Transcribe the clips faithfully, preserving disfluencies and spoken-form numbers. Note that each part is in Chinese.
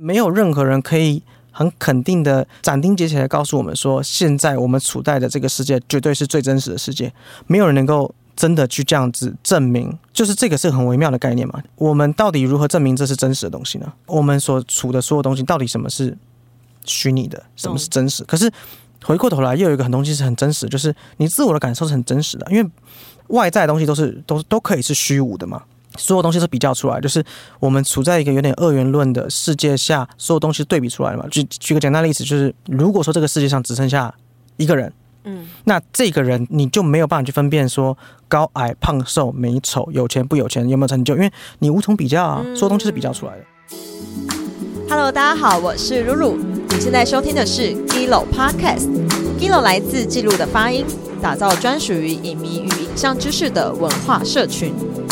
没有任何人可以很肯定的斩钉截铁的告诉我们说，现在我们处在的这个世界绝对是最真实的世界，没有人能够真的去这样子证明，就是这个是很微妙的概念嘛。我们到底如何证明这是真实的东西呢？我们所处的所有东西，到底什么是虚拟的，什么是真实？可是回过头来，又有一个很东西是很真实的，就是你自我的感受是很真实的，因为外在的东西都是都都可以是虚无的嘛。所有东西是比较出来，就是我们处在一个有点二元论的世界下，所有东西对比出来的嘛。举举个简单的例子，就是如果说这个世界上只剩下一个人，嗯，那这个人你就没有办法去分辨说高矮胖瘦美丑有钱不有钱有没有成就，因为你无从比较啊，所有东西是比较出来的。 Hello， 大家好，我是露露，你现在收听的是 Gillo Podcast。Gillo 来自记录的发音，打造专属于影迷与影像知识的文化社群。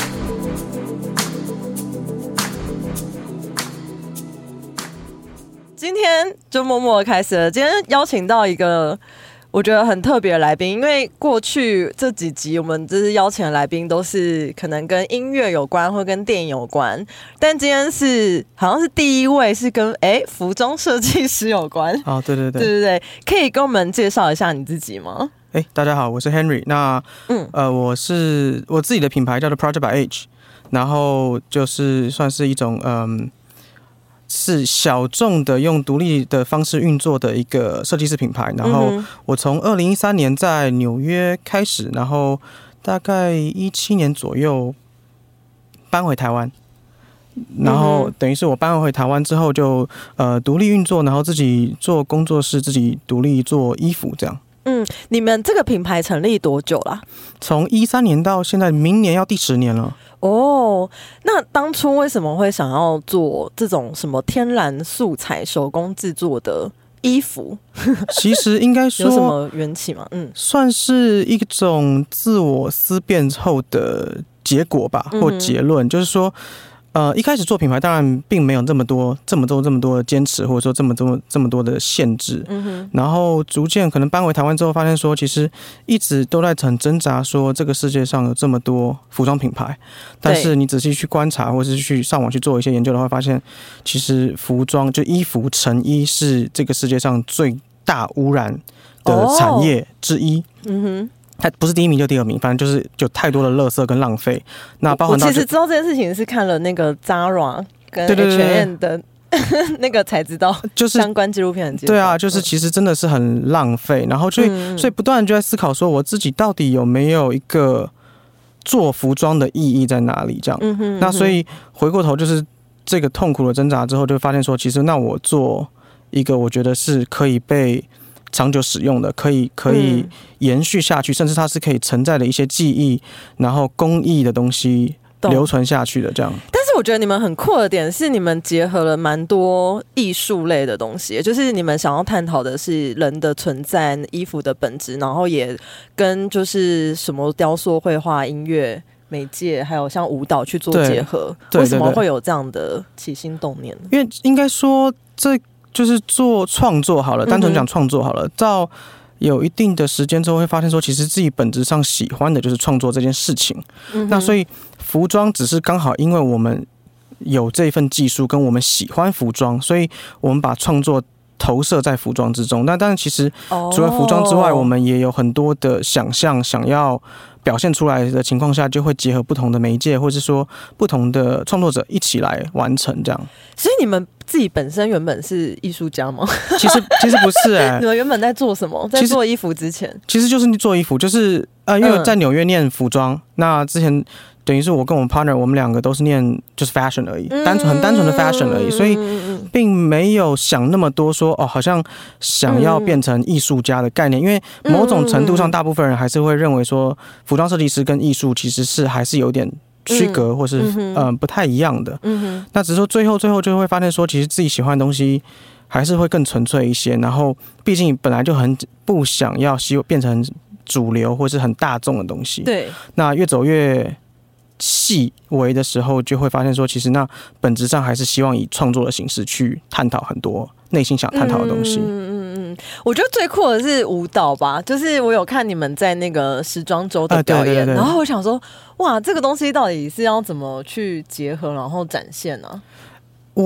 今天就默默开始了。今天邀请到一个我觉得很特别的来宾，因为过去这几集我们就是邀请的来宾都是可能跟音乐有关或跟电影有关，但今天是好像是第一位是跟哎服装设计师有关。 哦，对对对， 对对对，可以跟我们介绍一下你自己吗？ 哎，大家好，我是 Henry。那嗯呃，我是我自己的品牌叫做 Project by H， 然后就是算是一种嗯。是小众的用独立的方式运作的一个设计师品牌，然后我从二零一三年在纽约开始，然后大概一七年左右搬回台湾，然后等于是我搬回台湾之后就呃独立运作，然后自己做工作室，自己独立做衣服这样。 嗯，你们这个品牌成立多久啦？ 从一三年到现在，明年要第十年了。哦， 那当初为什么会想要做这种什么天然素材手工制作的衣服？ 其实应该说有什么缘起吗？嗯， 算是一种自我思辨后的结果吧，或结论，嗯、就是说。呃，一开始做品牌当然并没有这么多、这么多、这么多的坚持，或者说这么多、这么多的限制。嗯哼。然后逐渐可能搬回台湾之后，发现说，其实一直都在很挣扎，说这个世界上有这么多服装品牌，但是你仔细去观察，或是去上网去做一些研究的话，发现其实服装就衣服成衣是这个世界上最大污染的产业之一。哦、嗯哼。它不是第一名就第二名，反正就是有太多的垃圾跟浪费。那包含到我其实知道这件事情是看了那个 Zara 跟 H and M 的那个才知道，就是相关纪录片很对啊，就是其实真的是很浪费。然后所以、嗯、所以不断就在思考说，我自己到底有没有一个做服装的意义在哪里？这样。嗯哼嗯哼那所以回过头就是这个痛苦的挣扎之后，就发现说，其实那我做一个我觉得是可以被长久使用的，可以可以延续下去，嗯、甚至它是可以承载的一些记忆，然后工艺的东西留存下去的这样。 但是我觉得你们很酷的点是，你们结合了蛮多艺术类的东西，就是你们想要探讨的是人的存在、衣服的本质，然后也跟就是什么雕塑、绘画、音乐、媒介，还有像舞蹈去做结合。对对对为什么会有这样的起心动念？ 因为应该说这。就是做创作好了，单纯讲创作好了，到有一定的时间之后，会发现说，其实自己本质上喜欢的就是创作这件事情。嗯、那所以服装只是刚好因为我们有这份技术，跟我们喜欢服装，所以我们把创作投射在服装之中。那当然，其实除了服装之外，我们也有很多的想象，想要表现出来的情况下，就会结合不同的媒介，或是说不同的创作者一起来完成这样。 所以你们自己本身原本是艺术家吗？ 其实其实不是哎、欸， 你们原本在做什么？在做衣服之前， 其实就是做衣服，就是呃，因为我在纽约念服装，嗯、那之前等于是我跟我们 partner， 我们两个都是念就是 fashion 而已，嗯、单纯很单纯的 fashion 而已，所以并没有想那么多说哦，好像想要变成艺术家的概念，因为某种程度上，大部分人还是会认为说，服装设计师跟艺术其实是还是有点区隔，或是嗯、呃、不太一样的。嗯、那只是说最后最后就会发现说，其实自己喜欢的东西还是会更纯粹一些。然后毕竟本来就很不想要希变成主流或是很大众的东西。对，那越走越细微的时候，就会发现说，其实那本质上还是希望以创作的形式去探讨很多内心想探讨的东西。嗯嗯嗯，我觉得最酷的是舞蹈吧，就是我有看你们在那个时装周的表演，呃、对对对对然后我想说，哇，这个东西到底是要怎么去结合，然后展现呢、啊？ 我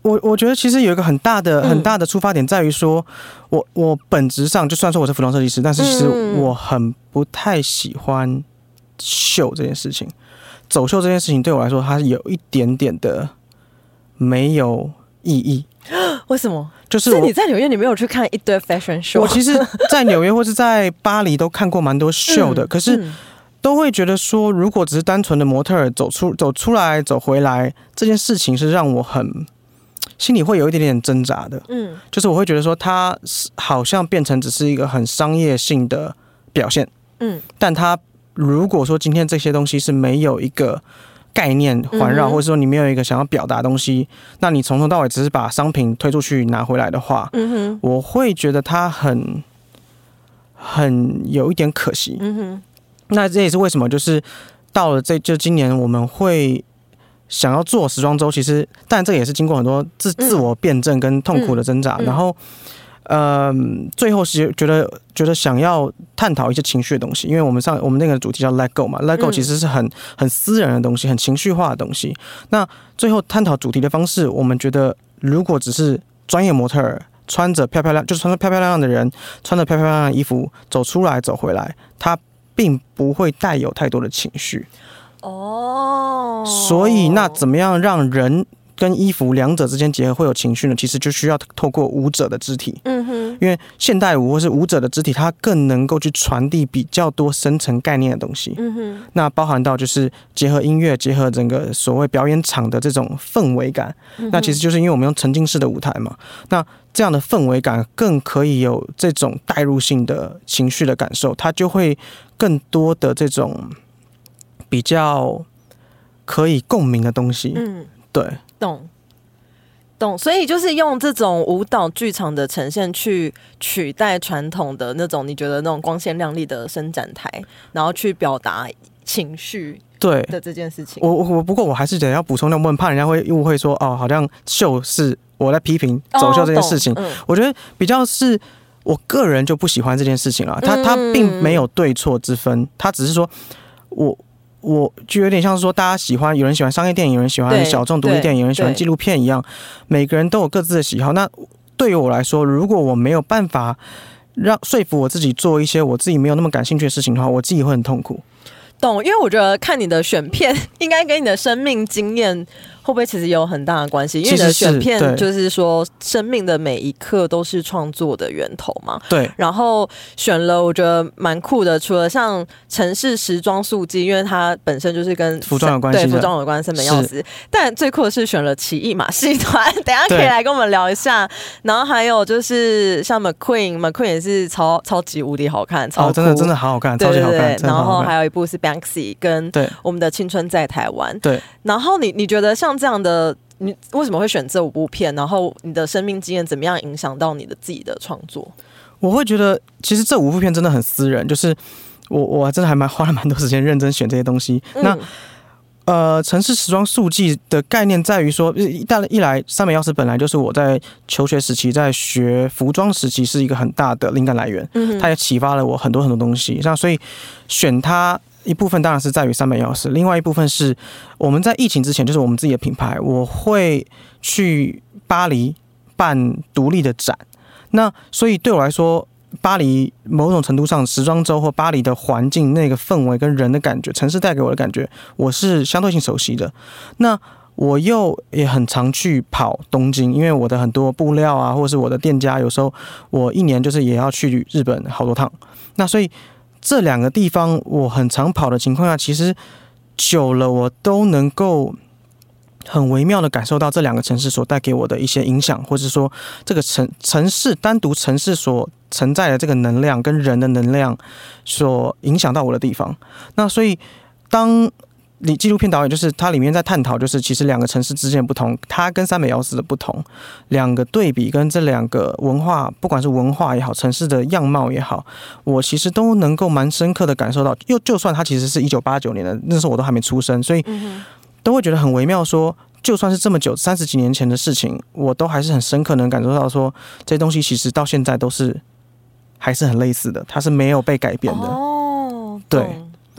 我我觉得其实有一个很大的很大的出发点在于说，我我本质上就虽然说我是服装设计师，但是其实我很不太喜欢秀这件事情。走秀这件事情对我来说，它有一点点的没有意义。 为什么？ 就是所以你在纽约，你没有去看一堆 fashion show？ 我其实，在纽约或是在巴黎都看过蛮多秀的，嗯、可是都会觉得说，如果只是单纯的模特儿走出走出来走回来这件事情，是让我很心里会有一点点挣扎的。嗯，就是我会觉得说，它好像变成只是一个很商业性的表现。嗯，但它如果说今天这些东西是没有一个概念环绕，嗯、或者说你没有一个想要表达的东西，那你从头到尾只是把商品推出去拿回来的话，嗯哼，我会觉得它很很有一点可惜。嗯哼，那这也是为什么就是到了这就今年我们会想要做时装周，其实当然这个也是经过很多自自我辩证跟痛苦的挣扎，嗯、然后。呃，最后是觉得觉得想要探讨一些情绪的东西，因为我们上我们那个主题叫 Let Go 嘛 ，Let Go 其实是很很私人的东西，很情绪化的东西。那最后探讨主题的方式，我们觉得如果只是专业模特儿穿着漂漂亮，就是穿着漂漂亮亮的人，穿着漂漂亮亮的衣服走出来走回来，它并不会带有太多的情绪。哦，所以那怎么样让人跟衣服两者之间结合会有情绪呢？其实就需要透过舞者的肢体，嗯哼，因为现代舞或是舞者的肢体，它更能够去传递比较多深层概念的东西，嗯哼，那包含到就是结合音乐，结合整个所谓表演场的这种氛围感，嗯、那其实就是因为我们用沉浸式的舞台嘛，那这样的氛围感更可以有这种带入性的情绪的感受，它就会更多的这种比较可以共鸣的东西，嗯，对。 懂，懂，所以就是用这种舞蹈剧场的呈现去取代传统的那种你觉得那种光鲜亮丽的伸展台，然后去表达情绪对的这件事情。 我我不过我还是得要补充，那我很怕人家会误会说哦，好像秀是我在批评走秀这件事情。哦嗯、我觉得比较是我个人就不喜欢这件事情了，它它并没有对错之分，它只是说我。我就有点像是说，大家喜欢，有人喜欢商业电影，有人喜欢小众独立电影，有人喜欢纪录片一样，每个人都有各自的喜好。那对于我来说，如果我没有办法让说服我自己做一些我自己没有那么感兴趣的事情的话，我自己会很痛苦。 懂，因为我觉得看你的选片，应该跟你的生命经验会不会其实有很大的关系？因为你的选片就是说，生命的每一刻都是创作的源头嘛。 对。 然后选了，我觉得蛮酷的。除了像城市时装速记，因为它本身就是跟服装有关系的， 对服装有关，森本耀司。但最酷的是选了奇异马戏团，等一下可以来跟我们聊一下。然后还有就是像 McQueen，McQueen 也是超超级无敌好看，超酷、哦、 真的真的好好看，超级好看。 对对对，然后还有一部是 Banksy 跟我们的青春在台湾。 对。 然后你你觉得像这样的，你为什么会选这五部片？然后你的生命经验怎么样影响到你的自己的创作？ 我会觉得，其实这五部片真的很私人，就是我我真的还蛮花了蛮多时间认真选这些东西。嗯、那呃，城市时装速记的概念在于说，一一来山本耀司本来就是我在求学时期，在学服装时期是一个很大的灵感来源，嗯、它也启发了我很多很多东西。那所以选它。一部分当然是在于山本耀司，另外一部分是我们在疫情之前，就是我们自己的品牌，我会去巴黎办独立的展。那所以对我来说，巴黎某种程度上时装周或巴黎的环境那个氛围跟人的感觉，城市带给我的感觉，我是相对性熟悉的。那我又也很常去跑东京，因为我的很多布料啊，或者是我的店家，有时候我一年就是也要去日本好多趟。那所以这两个地方我很常跑的情况下，其实久了我都能够很微妙的感受到这两个城市所带给我的一些影响，或者说这个城城市单独城市所承载的这个能量跟人的能量所影响到我的地方。那所以当纪录片导演就是它里面在探讨，就是其实两个城市之间的不同，它跟山本耀司的不同，两个对比跟这两个文化，不管是文化也好，城市的样貌也好，我其实都能够蛮深刻的感受到。又就算它其实是一九八九年的，那时候我都还没出生，所以都会觉得很微妙说，就算是这么久三十几年前的事情，我都还是很深刻能感受到说，这些东西其实到现在都是还是很类似的，它是没有被改变的。哦，对。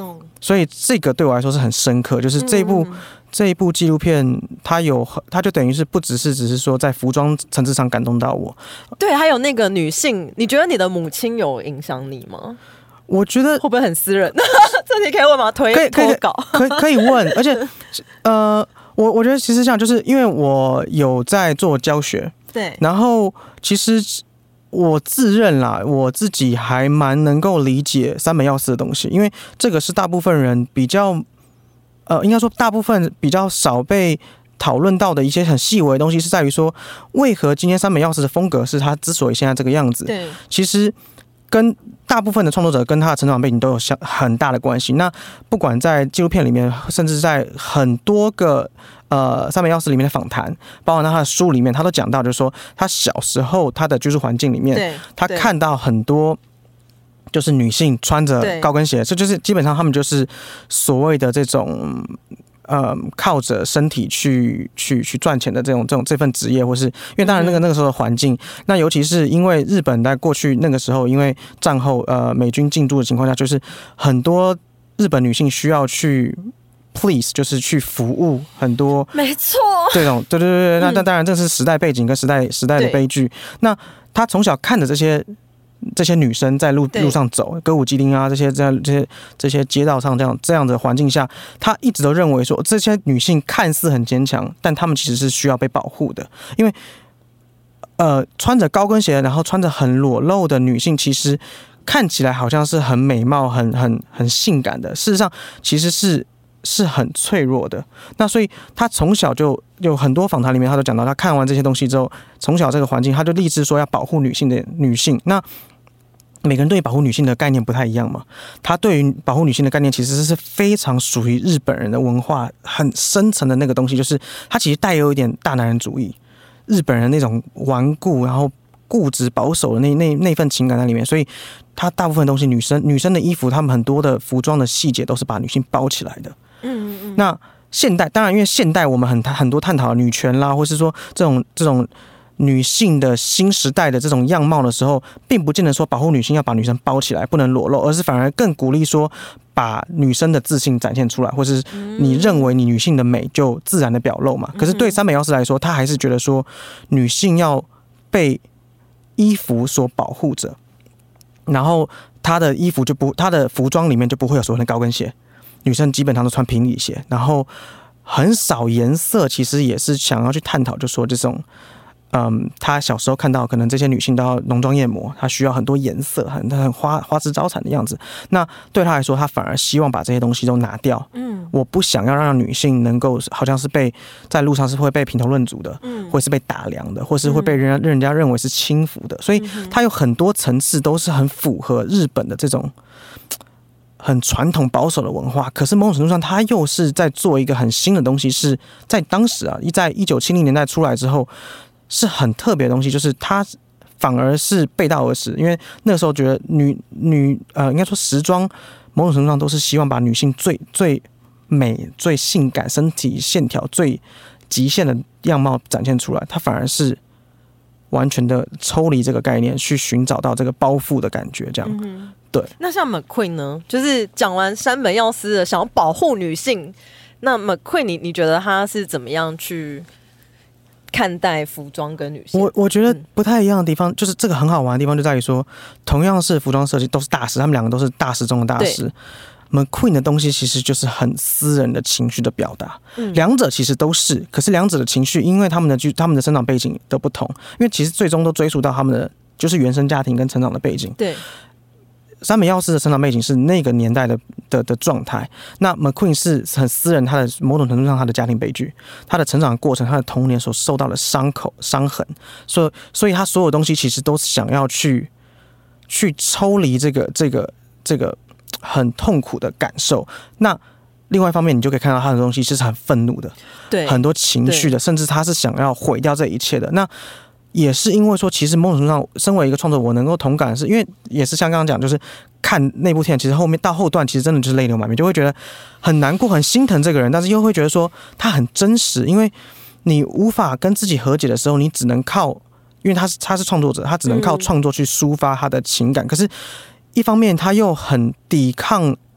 所以这个对我来说是很深刻，就是这一部、嗯、这一部纪录片，它有它就等于是不只是只是说在服装层次上感动到我， 对，还有那个女性，你觉得你的母亲有影响你吗？ 我觉得会不会很私人？这题可以问吗？推可以脱稿可以可以问，而且呃，我我觉得其实这样，就是因为我有在做教学， 对， 然后其实我自认啦，我自己还蛮能够理解三本药师的东西，因为这个是大部分人比较呃，应该说大部分比较少被讨论到的一些很细微的东西，是在于说为何今天三本药师的风格是他之所以现在这个样子， 对， 其实跟大部分的创作者跟他的成长背景都有相很大的关系。那不管在纪录片里面，甚至在很多个呃三本药师里面的访谈，包括他的书里面，他都讲到，就是说他小时候他的居住环境里面，他看到很多就是女性穿着高跟鞋，这就是基本上他们就是所谓的这种。呃，靠着身体去去去赚钱的这种这种这份职业，或是因为当然那个那个时候的环境，那尤其是因为日本在过去那个时候，因为战后呃美军进驻的情况下，就是很多日本女性需要去 please， 就是去服务很多， 没错， 这种对对对对，那那当然这是时代背景跟时代时代的悲剧。那他从小看着这些。这些女生在路路上走，歌舞伎町啊，这些在这些这些街道上这样这样的环境下，她一直都认为说，这些女性看似很坚强，但她们其实是需要被保护的，因为呃，穿着高跟鞋，然后穿着很裸露的女性，其实看起来好像是很美貌、很很很性感的，事实上其实是。是很脆弱的，那所以他从小就有很多访谈里面，他都讲到，他看完这些东西之后，从小这个环境，他就立志说要保护女性的女性。那每个人对于保护女性的概念不太一样嘛，他对于保护女性的概念其实是非常属于日本人的文化很深层的那个东西，就是他其实带有一点大男人主义，日本人那种顽固然后固执保守的那那那份情感在里面，所以他大部分东西，女生女生的衣服，他们很多的服装的细节都是把女性包起来的。嗯嗯，那现代当然，因为现代我们很很多探讨女权啦，或是说这种这种女性的新时代的这种样貌的时候，并不见得说保护女性要把女生包起来不能裸露，而是反而更鼓励说把女生的自信展现出来，或是你认为你女性的美就自然的表露嘛。可是对三本药师来说，他还是觉得说女性要被衣服所保护着，然后她的衣服就不，她的服装里面就不会有所谓的高跟鞋。女生基本上都穿平底鞋，然后很少颜色，其实也是想要去探讨，就说这种，嗯，她小时候看到可能这些女性都要浓妆艳抹，她需要很多颜色，很很花花枝招展的样子。那对她来说，她反而希望把这些东西都拿掉。嗯，我不想要让女性能够好像是被在路上是会被评头论足的，嗯，或是被打量的，或是会被人人家认为是轻浮的。所以她有很多层次都是很符合日本的这种。很传统保守的文化，可是某种程度上，他又是在做一个很新的东西，是在当时啊，在一九七零年代出来之后，是很特别的东西，就是他反而是背道而驰，因为那个时候觉得女女呃，应该说时装某种程度上都是希望把女性最最美、最性感、身体线条最极限的样貌展现出来，他反而是完全的抽离这个概念，去寻找到这个包覆的感觉，这样。嗯，对。 那像 McQueen 呢？就是讲完山本耀司的想要保护女性，那 McQueen 你你觉得他是怎么样去看待服装跟女性？ 我我觉得不太一样的地方，嗯、就是这个很好玩的地方就在于说，同样是服装设计，都是大师，他们两个都是大师中的大师。McQueen 的东西其实就是很私人的情绪的表达，嗯、两者其实都是，可是两者的情绪，因为他们的他们的生长背景都不同，因为其实最终都追溯到他们的就是原生家庭跟成长的背景。 对， 山本耀司的成长背景是那个年代的的的状态，那 McQueen 是很私人，他的某种程度上他的家庭悲剧，他的成长过程，他的童年所受到的伤口伤痕，所以所以他所有东西其实都是想要去去抽离这个这个这个。很痛苦的感受，那另外一方面，你就可以看到他的东西是很愤怒的， 对， 很多情绪的，甚至他是想要毁掉这一切的。那也是因为说，其实某种程度上，身为一个创作者，我能够同感的是，因为也是像刚刚讲，就是看那部片，其实后面到后段，其实真的就是泪流满面，就会觉得很难过、很心疼这个人，但是又会觉得说他很真实，因为你无法跟自己和解的时候，你只能靠，因为他是他是创作者，他只能靠创作去抒发他的情感，嗯、可是。一方面，他又很抵抗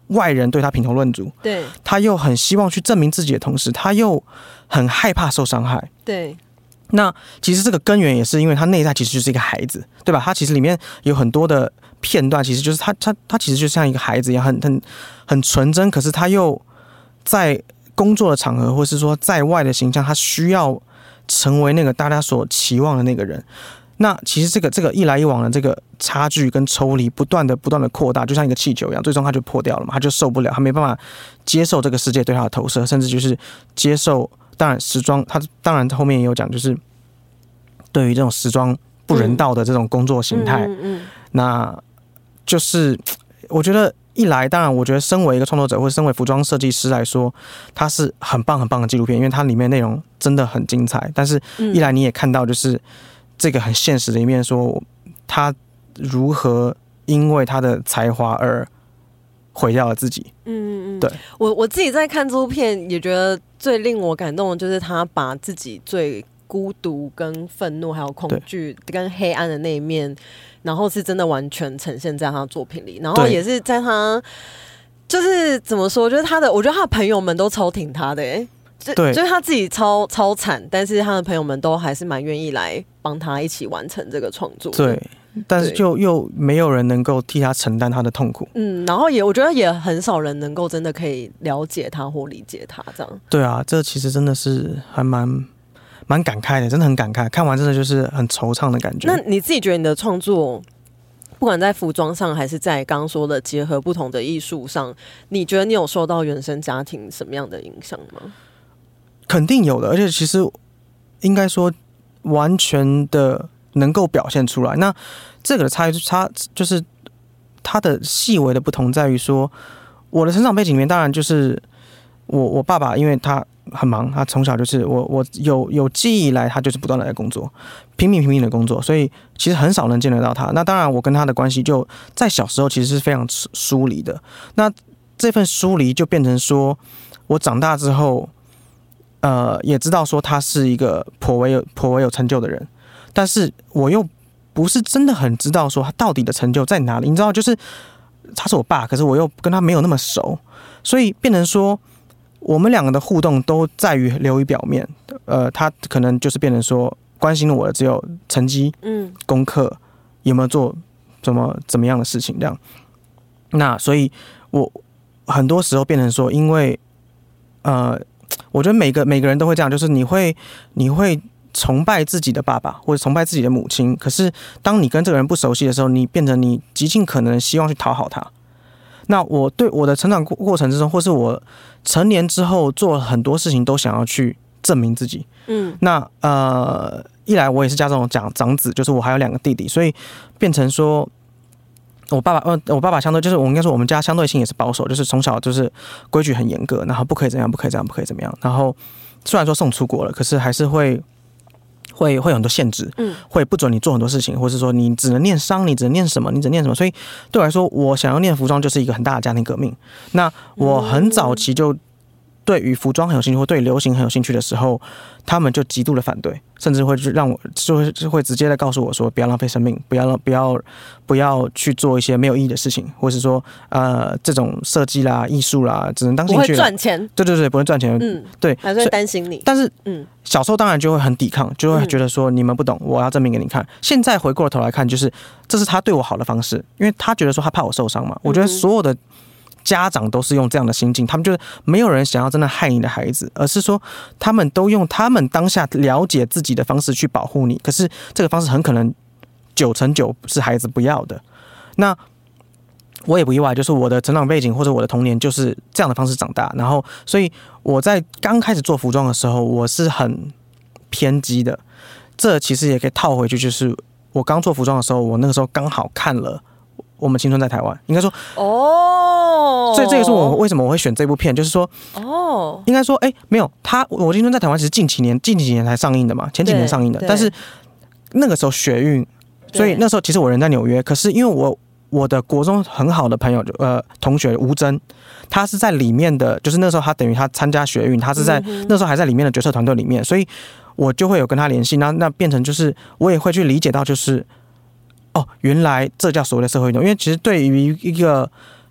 外人对他品头论足， 对， 他又很希望去证明自己的同时，他又很害怕受伤害。 对， 那其实这个根源也是因为他内在其实就是一个孩子，对吧？他其实里面有很多的片段，其实就是他他他其实就像一个孩子一样，很很很纯真，可是他又在工作的场合，或是说在外的形象，他需要成为那个大家所期望的那个人。那其实这个这个一来一往的这个差距跟抽离，不断的不断的扩大，就像一个气球一样，最终他就破掉了嘛，他就受不了，他没办法接受这个世界对他的投射，甚至就是接受。当然，时装他当然后面也有讲，就是对于这种时装不人道的这种工作形态，嗯嗯嗯、那就是我觉得一来，当然我觉得身为一个创作者或者身为服装设计师来说，它是很棒很棒的纪录片，因为它里面内容真的很精彩。但是一来你也看到就是这个很现实的一面，说他如何因为他的才华而毁掉了自己。嗯嗯，对， 我我自己在看这部片也觉得最令我感动的就是他把自己最孤独跟愤怒还有恐惧跟黑暗的那一面，然后是真的完全呈现在他的作品里，然后也是在他就是怎么说，就是他的，我觉得他的朋友们都超挺他的、欸，就对， 就是他自己超超惨，但是他的朋友们都还是蛮愿意来帮他一起完成这个创作。 对，但是就又没有人能够替他承担他的痛苦。 嗯，然后也我觉得也很少人能够真的可以了解他或理解他这样。 对啊，这其实真的是还蛮蛮感慨的，真的很感慨。看完真的就是很惆怅的感觉。 那你自己觉得你的创作，不管在服装上还是在刚刚说的结合不同的艺术上，你觉得你有受到原生家庭什么样的影响吗？ 肯定有的，而且其实应该说完全的能够表现出来。那这个的差差就是它的细微的不同在于说，我的成长背景里面，当然就是我我爸爸，因为他很忙，他从小就是我我有有记忆以来，他就是不断的在工作，拼命拼命的工作，所以其实很少能见得到他。那当然，我跟他的关系就在小时候其实是非常疏离的。那这份疏离就变成说，我长大之后。呃，也知道说他是一个颇为有颇为有成就的人，但是我又不是真的很知道说他到底的成就在哪里。你知道，就是他是我爸，可是我又跟他没有那么熟，所以变成说我们两个的互动都在于流于表面。呃，他可能就是变成说关心我的只有成绩、嗯，功课有没有做什么怎么样的事情这样。那所以我很多时候变成说，因为呃。我觉得每个每个人都会这样，就是你会你会崇拜自己的爸爸或者崇拜自己的母亲，可是当你跟这个人不熟悉的时候，你变成你极尽可能希望去讨好他。那我对我的成长过程之中，或是我成年之后做了很多事情，都想要去证明自己。嗯，那呃，一来我也是家中长长子，就是我还有两个弟弟，所以变成说。我爸爸，呃，我爸爸相对就是我应该说我们家相对性也是保守，就是从小就是规矩很严格，然后不可以怎样，不可以这样，不可以怎么样。然后虽然说送出国了，可是还是会会会有很多限制，嗯，会不准你做很多事情，或是说你只能念商，你只能念什么，你只能念什么。所以对我来说，我想要念服装就是一个很大的家庭革命。那我很早期就对于服装很有兴趣，或对流行很有兴趣的时候，他们就极度的反对，甚至会让我就会就会直接的告诉我说，不要浪费生命，不要不要不要去做一些没有意义的事情，或是说呃这种设计啦、艺术啦，只能当兴趣， 不会赚钱， 对对对，不会赚钱，嗯，对， 还是会担心你。 但是嗯，小时候当然就会很抵抗，就会觉得说你们不懂，我要证明给你看。现在回过头来看，就是这是他对我好的方式，因为他觉得说他怕我受伤嘛。我觉得所有的。家长都是用这样的心境，他们就是没有人想要真的害你的孩子，而是说他们都用他们当下了解自己的方式去保护你。可是这个方式很可能九成九是孩子不要的。那我也不意外，就是我的成长背景或者我的童年就是这样的方式长大。然后，所以我在刚开始做服装的时候，我是很偏激的。这其实也可以套回去，就是我刚做服装的时候，我那个时候刚好看了。我们青春在台湾，应该说哦，所以这个是我为什么我会选这部片，就是说哦，应该说哎、欸，没有他，我青春在台湾其实近几年近几年才上映的嘛，前几年上映的，但是那个时候学运，所以那时候其实我人在纽约，可是因为我我的国中很好的朋友呃同学吴真，他是在里面的，就是那时候他等于他参加学运，他是在、嗯、那时候还在里面的决策团队里面，所以我就会有跟他联系，那那变成就是我也会去理解到就是。哦，原来这叫所谓的社会运动，因为其实对于一个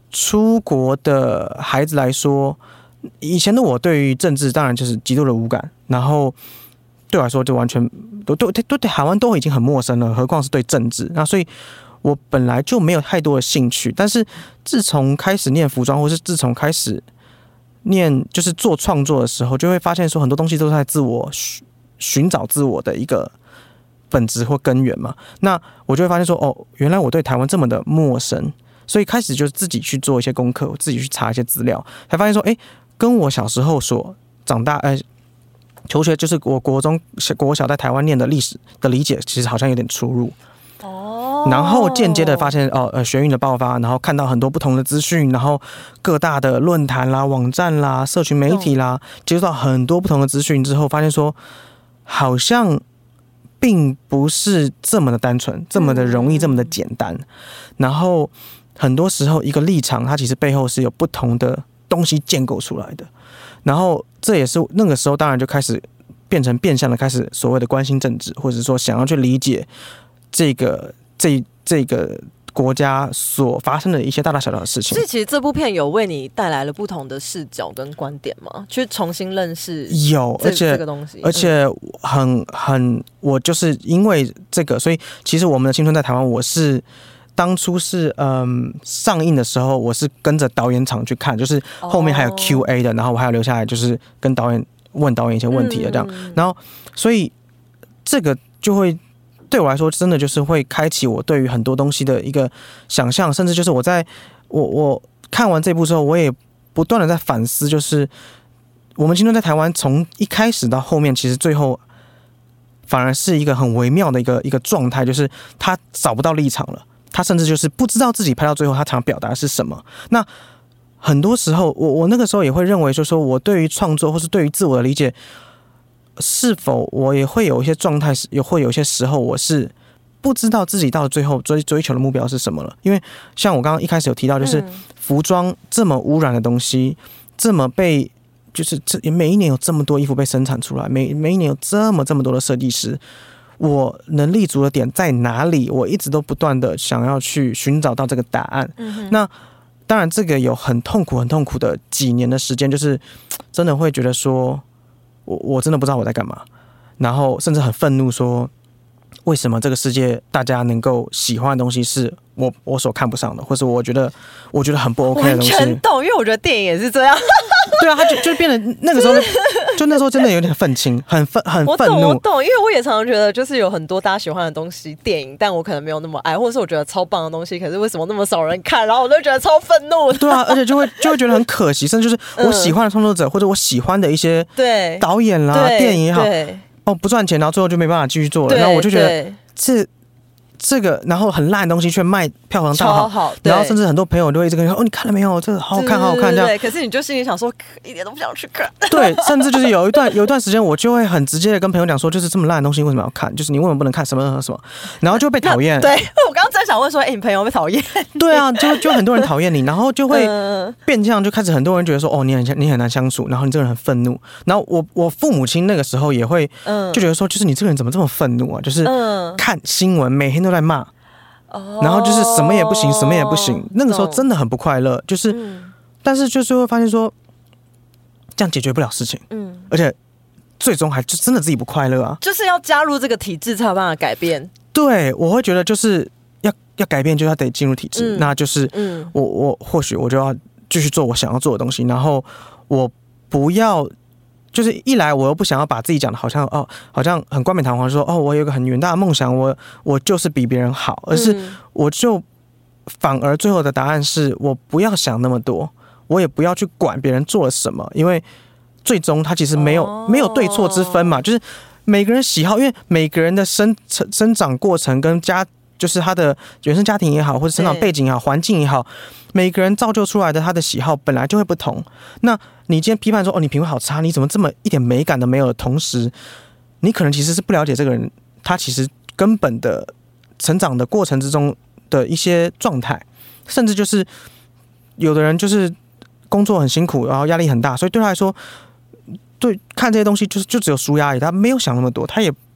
出国的孩子来说，以前的我对于政治当然就是极度的无感，然后对我来说就完全都对对对台湾都已经很陌生了，何况是对政治。那所以我本来就没有太多的兴趣，但是自从开始念服装，或是自从开始念就是做创作的时候，就会发现说很多东西都是在自我寻找自我的一个本质或根源嘛。那我就会发现说，哦，原来我对台湾这么的陌生。所以开始就自己去做一些功课，自己去查一些资料，才发现说，哎，跟我小时候所长大，呃，求学就是我国中、国小在台湾念的历史的理解，其实好像有点出入。哦。然后间接的发现，哦，呃，学运的爆发，然后看到很多不同的资讯，然后各大的论坛啦、网站啦、社群媒体啦，接触到很多不同的资讯之后，发现说，好像并不是这么的单纯，这么的容易，这么的简单，然后。很多时候，一个立场它其实背后是有不同的东西建构出来的，然后这也是那个时候，当然就开始变成变相的开始所谓的关心政治，或者说想要去理解这个这这个国家所发生的一些大大小小的事情。 所以其实这部片有为你带来了不同的视角跟观点吗？去重新认识有，而且这个东西， 而且很很，我就是因为这个，所以其实我们的青春在台湾，我是。当初是嗯上映的时候，我是跟着导演场去看，就是后面还有 Q A 的，然后我还有留下来，就是跟导演问导演一些问题的这样。然后，所以这个就会对我来说，真的就是会开启我对于很多东西的一个想象，甚至就是我在我我看完这部之后，我也不断的在反思，就是我们青春在台湾从一开始到后面，其实最后反而是一个很微妙的一个一个状态，就是他找不到立场了。他甚至就是不知道自己拍到最后他想表达的是什么。那很多时候我我那个时候也会认为就是说我对于创作或是对于自我的理解，是否我也会有一些状态，也会有一些时候我是不知道自己到最后追追求的目标是什么了。因为像我刚刚一开始有提到，就是服装这么污染的东西，这么被就是每一年有这么多衣服被生产出来，每每一年有这么这么多的设计师。我能立足的点在哪里？我一直都不断的想要去寻找到这个答案。嗯、那当然，这个有很痛苦、很痛苦的几年的时间，就是真的会觉得说，我我真的不知道我在干嘛，然后甚至很愤怒说，为什么这个世界大家能够喜欢的东西是我我所看不上的，或是我觉得我觉得很不 OK 的东西。 完全懂，因为我觉得电影也是这样。 对啊，他就就变得那个时候，就那时候真的有点愤青，很愤很愤怒。 我懂，我懂，因为我也常常觉得，就是有很多大家喜欢的东西，电影，但我可能没有那么爱，或者是我觉得超棒的东西，可是为什么那么少人看？然后我就觉得超愤怒。 对啊，而且就会就会觉得很可惜，甚至就是我喜欢的创作者、嗯、或者我喜欢的一些对导演啦、电影也好，哦不赚钱，然后最后就没办法继续做了。然后我就觉得这。这个，然后很烂的东西却卖票房大好，好然后甚至很多朋友都会一直跟你说：“哦，你看了没有？这个好好看，好好看。”这样。 对，可是你就心里想说，一点都不想去看。 对，甚至就是有一段有一段时间，我就会很直接的跟朋友讲说，就是这么烂的东西为什么要看？就是你为什么不能看什么什么？然后就被讨厌。 对，我刚刚真想问说，哎、欸，你朋友会讨厌？ 对啊，就就很多人讨厌你，然后就会变相就开始很多人觉得说，哦，你很你很难相处，然后你这个人很愤怒。然后我我父母亲那个时候也会就觉得说，就是你这个人怎么这么愤怒啊？就是看新闻每天都在骂。然后就是什么也不行，什么也不行。那个时候真的很不快乐，就是，嗯、但是就是会发现说，这样解决不了事情，嗯，而且最终还就真的自己不快乐啊。 就是要加入这个体制才有办法改变。 对，我会觉得就是要要改变，就要得进入体制，嗯、那就是，嗯，我我或许我就要继续做我想要做的东西，然后我不要。就是一来我又不想要把自己讲的好像哦，好像很冠冕堂皇说哦，我有一个很远大的梦想，我我就是比别人好，而是我就反而最后的答案是我不要想那么多，我也不要去管别人做了什么，因为最终他其实没有、哦、没有对错之分嘛，就是每个人喜好，因为每个人的生生长过程跟家。就是他的原生家庭也好，或者成长背景也好，环境也好，每个人造就出来的他的喜好本来就会不同。那你今天批判说哦，你品味好差，你怎么这么一点美感都没有的同时，你可能其实是不了解这个人他其实根本的成长的过程之中的一些状态，甚至就是有的人就是工作很辛苦，然后压力很大，所以对他来说，对看这些东西就是就只有抒压而已，他没有想那么多，他也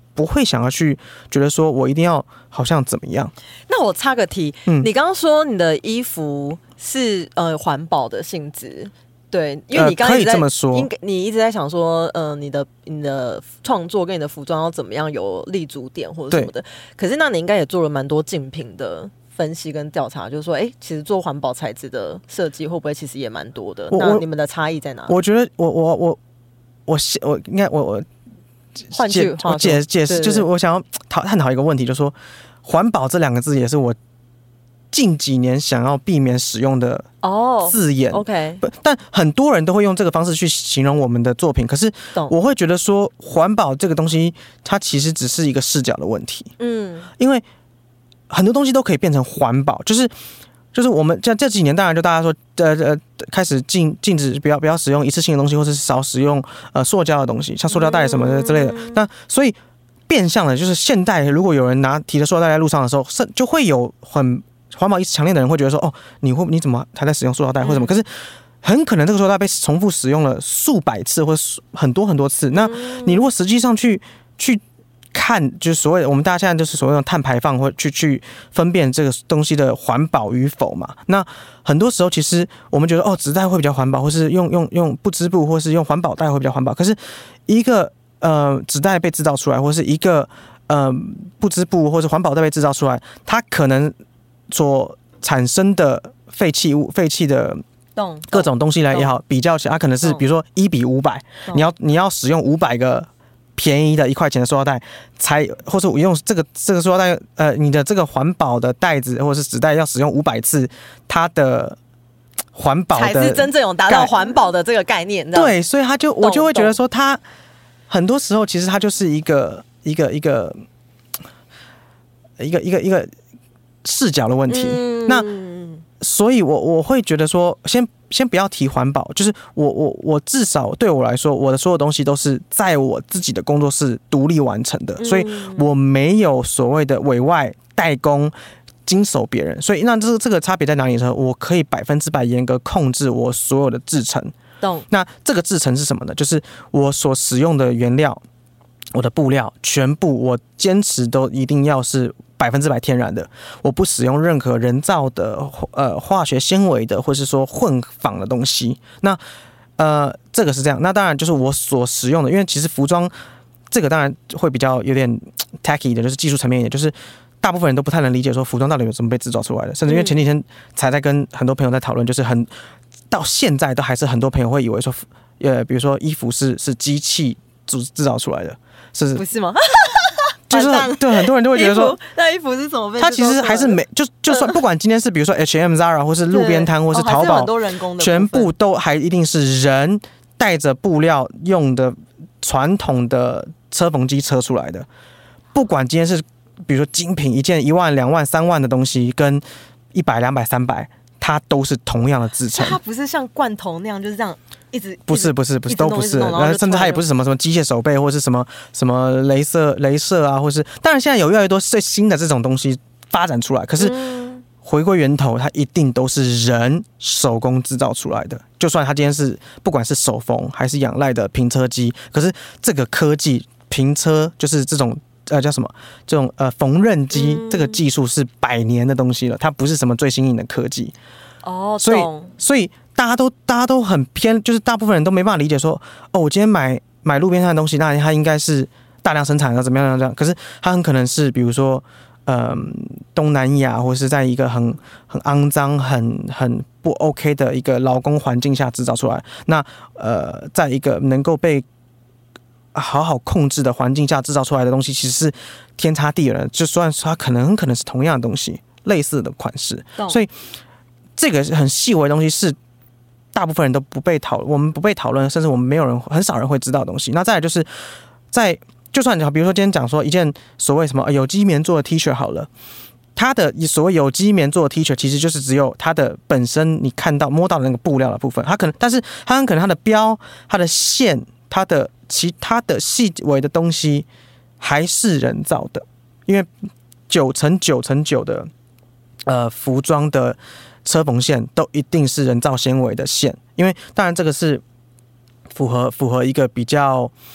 不会想要去觉得说我一定要好像怎么样。 那我插个题，嗯、你刚刚说你的衣服是呃环保的性质。对，因为你刚刚一直在、呃、可以这么说，你一直在想说，呃，你的你的创作跟你的服装要怎么样有立足点或者什么的。可是，那你应该也做了蛮多竞品的分析跟调查，就是说，哎、欸，其实做环保材质的设计会不会其实也蛮多的？那你们的差异在哪里？ 我觉得我，我我我我我应该我我换句话我解解释，就是我想要讨探讨一个问题，就是说环保这两个字也是我近几年想要避免使用的字眼、 oh, OK， 但很多人都会用这个方式去形容我们的作品。可是我会觉得说，环保这个东西，它其实只是一个视角的问题。嗯，因为很多东西都可以变成环保，就是就是我们这这几年，当然就大家说，呃呃，开始禁禁止不要不要使用一次性的东西，或者是少使用呃塑胶的东西，像塑胶袋什么的之类的。嗯、那所以变相的，就是现代如果有人拿提着塑料袋在路上的时候，是就会有很环保意识强烈的人会觉得说，哦，你会你怎么还在使用塑料袋或什么？可是很可能这个塑料袋被重复使用了数百次或很多很多次。那你如果实际上去去看，就是所谓的我们大家现在就是所谓的碳排放，或去去分辨这个东西的环保与否嘛。那很多时候其实我们觉得哦，纸袋会比较环保，或是用用用不织布，或是用环保袋会比较环保。可是一个呃纸袋被制造出来，或是一个呃不织布或是环保袋被制造出来，它可能所产生的废弃物、废弃的各种东西来也好，比较起来，它可能是比如说一比五百，你要你要使用五百个便宜的一块钱的塑料袋，才或是我用这个这个塑料袋，呃，你的这个环保的袋子或者是纸袋要使用五百次，它的环保的才是真正有达到环保的这个概念。 对，所以他就我就会觉得说，他很多时候其实它就是一个一个一个一个一个一个。视角的问题，嗯、那所以我，我我会觉得说，先先不要提环保，就是我我我至少对我来说，我的所有东西都是在我自己的工作室独立完成的，所以我没有所谓的委外代工经手别人，所以那这这个差别在哪里呢？我可以百分之百严格控制我所有的制程。 懂？ 那这个制程是什么呢？就是我所使用的原料，我的布料，全部我坚持都一定要是百分之百天然的，我不使用任何人造的呃化学纤维的，或是说混纺的东西。那呃这个是这样。那当然就是我所使用的，因为其实服装这个当然会比较有点 tacky 的，就是技术层面一点，就是大部分人都不太能理解说服装到底有怎么被制造出来的。甚至因为前几天才在跟很多朋友在讨论，就是很到现在都还是很多朋友会以为说，呃，比如说衣服是是机器制制造出来的，是不是吗？ 就是对很多人都会觉得说， 那衣服是怎么被？ 它其实还是没就就算不管今天是比如说 H and M、Zara 或是路边摊或是淘宝， 哦、 全部都还一定是人带着布料用的传统的车缝机车出来的。不管今天是比如说精品一件一万、两万、三万的东西，跟一百、两百、三百，它都是同样的制成。 它不是像罐头那样就是这样。一直不是不是不是都不是，然后甚至它也不是什么什么机械手背，或是什么什么雷射雷射啊，或是当然现在有越来越多最新的这种东西发展出来，可是回归源头，它一定都是人手工制造出来的。就算它今天是不管是手缝还是仰赖的平车机，可是这个科技平车就是这种呃叫什么这种呃缝纫机，这个技术是百年的东西了，它不是什么最新颖的科技。 哦， 所以所以。大家都大家都很偏，就是大部分人都没办法理解说，哦，我今天买买路边摊的东西，那它应该是大量生产的怎么样这样，可是它很可能是比如说，呃，东南亚或是在一个很很肮脏、很很不 OK 的一个劳工环境下制造出来，那呃，在一个能够被好好控制的环境下制造出来的东西，其实是天差地远的。就算它可能很可能是同样的东西，类似的款式，所以这个很细微的东西是。大部分人都不被讨，我们不被讨论，甚至我们没有人，很少人会知道的东西。那再来就是在，就算比如说今天讲说一件所谓什么有机棉做的 T 恤好了，它的所谓有机棉做的 T 恤，其实就是只有它的本身你看到摸到的那个布料的部分，它可能，但是它很可能它的标、它的线、它的其他的细微的东西还是人造的，因为九成九成九的呃服装的。车缝线都一定是人造纤维的线，因为当然这个是符合符合一个比较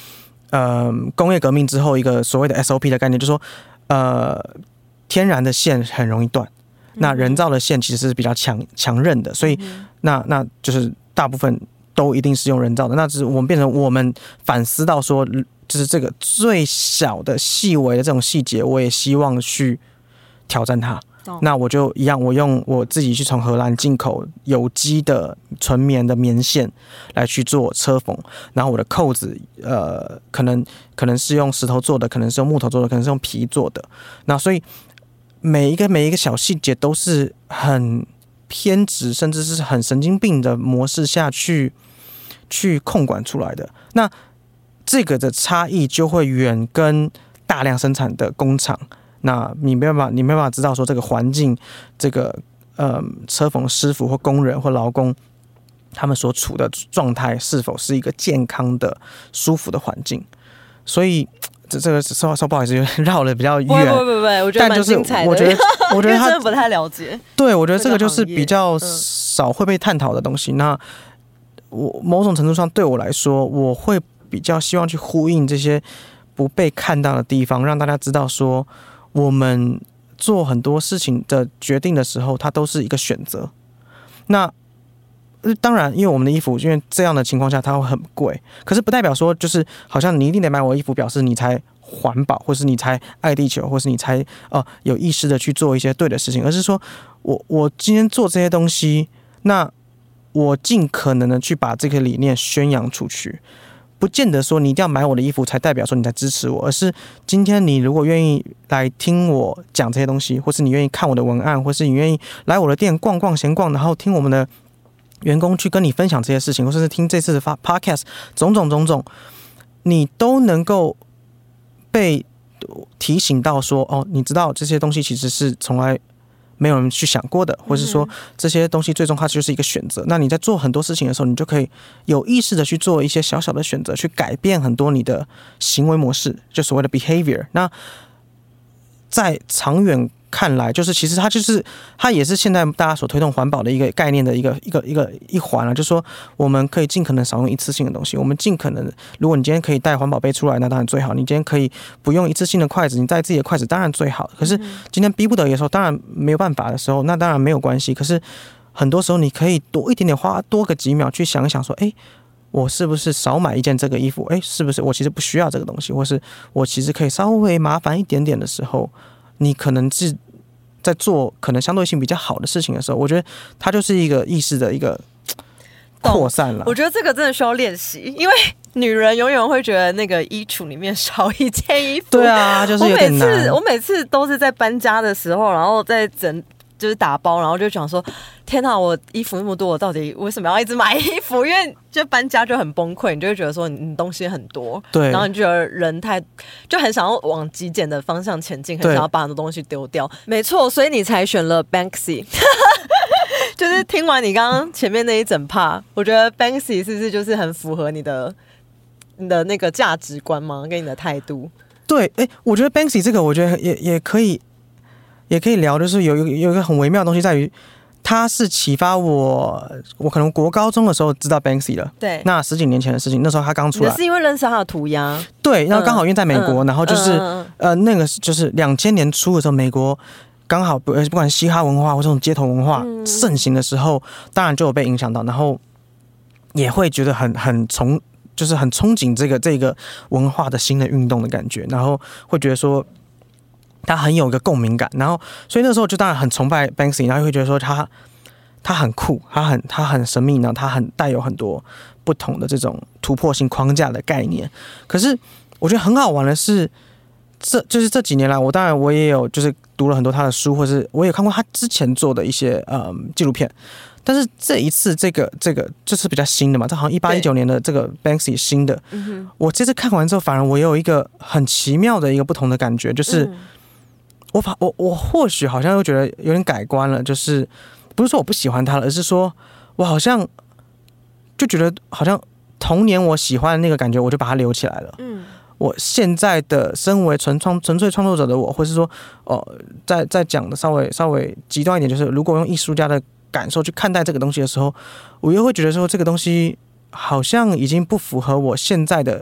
呃工业革命之后一个所谓的 S O P 的概念，就是说呃天然的线很容易断，那人造的线其实是比较强强韧的，所以那那就是大部分都一定是用人造的。那只是我们变成我们反思到说，就是这个最小的细微的这种细节，我也希望去挑战它。Oh. 那我就一样，我用我自己去从荷兰进口有机的纯棉的棉线来去做车缝，然后我的扣子，呃，可能可能是用石头做的，可能是用木头做的，可能是用皮做的。那所以每一个每一个小细节都是很偏执，甚至是很神经病的模式下去去控管出来的。那这个的差异就会远跟大量生产的工厂。那你没办法，你没办法知道说这个环境，这个呃车缝师傅或工人或劳工，他们所处的状态是否是一个健康的、舒服的环境。所以这这个说说不好意思，绕了比较远。 不不不不，我觉得蛮精彩的。 我觉得我觉得他真的不太了解。 对，我觉得这个就是比较少会被探讨的东西。嗯、那我某种程度上对我来说，我会比较希望去呼应这些不被看到的地方，让大家知道说。我们做很多事情的决定的时候，它都是一个选择。那当然，因为我们的衣服，因为这样的情况下它会很贵，可是不代表说就是好像你一定得买我的衣服，表示你才环保，或是你才爱地球，或是你才呃有意识的去做一些对的事情，而是说我我今天做这些东西，那我尽可能的去把这个理念宣扬出去。不见得说你一定要买我的衣服才代表说你在支持我，而是今天你如果愿意来听我讲这些东西，或是你愿意看我的文案，或是你愿意来我的店逛逛闲逛，然后听我们的员工去跟你分享这些事情，或是听这次的 podcast 种种种种，你都能够被提醒到说，哦，你知道这些东西其实是从来没有人去想过的，或是说这些东西最终它就是一个选择。那你在做很多事情的时候，你就可以有意识的去做一些小小的选择，去改变很多你的行为模式，就所谓的 behavior。那在长远看来，就是其实它就是它也是现在大家所推动环保的一个概念的一个一个一个一环啊，就是说我们可以尽可能少用一次性的东西，我们尽可能，如果你今天可以带环保杯出来，那当然最好；你今天可以不用一次性的筷子，你带自己的筷子当然最好。可是今天逼不得已的时候，当然没有办法的时候，那当然没有关系。可是很多时候你可以多一点点，花多个几秒去想一想，说，哎，我是不是少买一件这个衣服？哎，是不是我其实不需要这个东西，或是我其实可以稍微麻烦一点点的时候，你可能是在做可能相对性比较好的事情的时候，我觉得它就是一个意识的一个扩散了。 我觉得这个真的需要练习，因为女人永远会觉得那个衣橱里面少一件衣服。 对啊，就是有点难。 我每次我每次都是在搬家的时候，然后在整就是打包，然后就想说，天哪，我衣服那么多，我到底为什么要一直买衣服？因为就搬家就很崩溃，你就会觉得说你东西很多， 对， 然后你觉得人太就很想要往极简的方向前进，很想要把很多东西丢掉。没错，所以你才选了 Banksy。就是听完你刚刚前面那一整趴，我觉得 Banksy 是不是就是很符合你的你的那个价值观吗？跟你的态度？ 对，哎，我觉得 Banksy 这个，我觉得也也可以。也可以聊，就是有有有一个很微妙的东西在于，它是启发我，我可能国高中的时候知道 Banksy 了， 对， 那十几年前的事情，那时候他刚出来， 你是因为认识他的涂鸦， 对，然后刚好因为在美国，嗯、然后就是、嗯、呃那个就是两千年初的时候，美国刚好不不管嘻哈文化或这种街头文化盛行的时候，嗯、当然就有被影响到，然后也会觉得很很憧，就是很憧憬这个这个文化的新的运动的感觉，然后会觉得说。他很有一个共鸣感，然后所以那时候就当然很崇拜 Banksy， 然后会觉得说他他很酷，他很他很神秘，然后他很带有很多不同的这种突破性框架的概念。可是我觉得很好玩的是，这就是这几年来，我当然我也有就是读了很多他的书，或是我也看过他之前做的一些嗯纪录片。但是这一次这个这个这是比较新的嘛，这好像一八一九年的这个 Banksy 新的，嗯、我这次看完之后，反而我有一个很奇妙的一个不同的感觉，就是。嗯我我我或许好像又觉得有点改观了，就是不是说我不喜欢他了，而是说我好像就觉得好像童年我喜欢的那个感觉，我就把它留起来了。嗯，我现在的身为纯创纯粹创作者的我，或是说哦、呃，在在讲的稍微稍微极端一点，就是如果用艺术家的感受去看待这个东西的时候，我又会觉得说这个东西好像已经不符合我现在的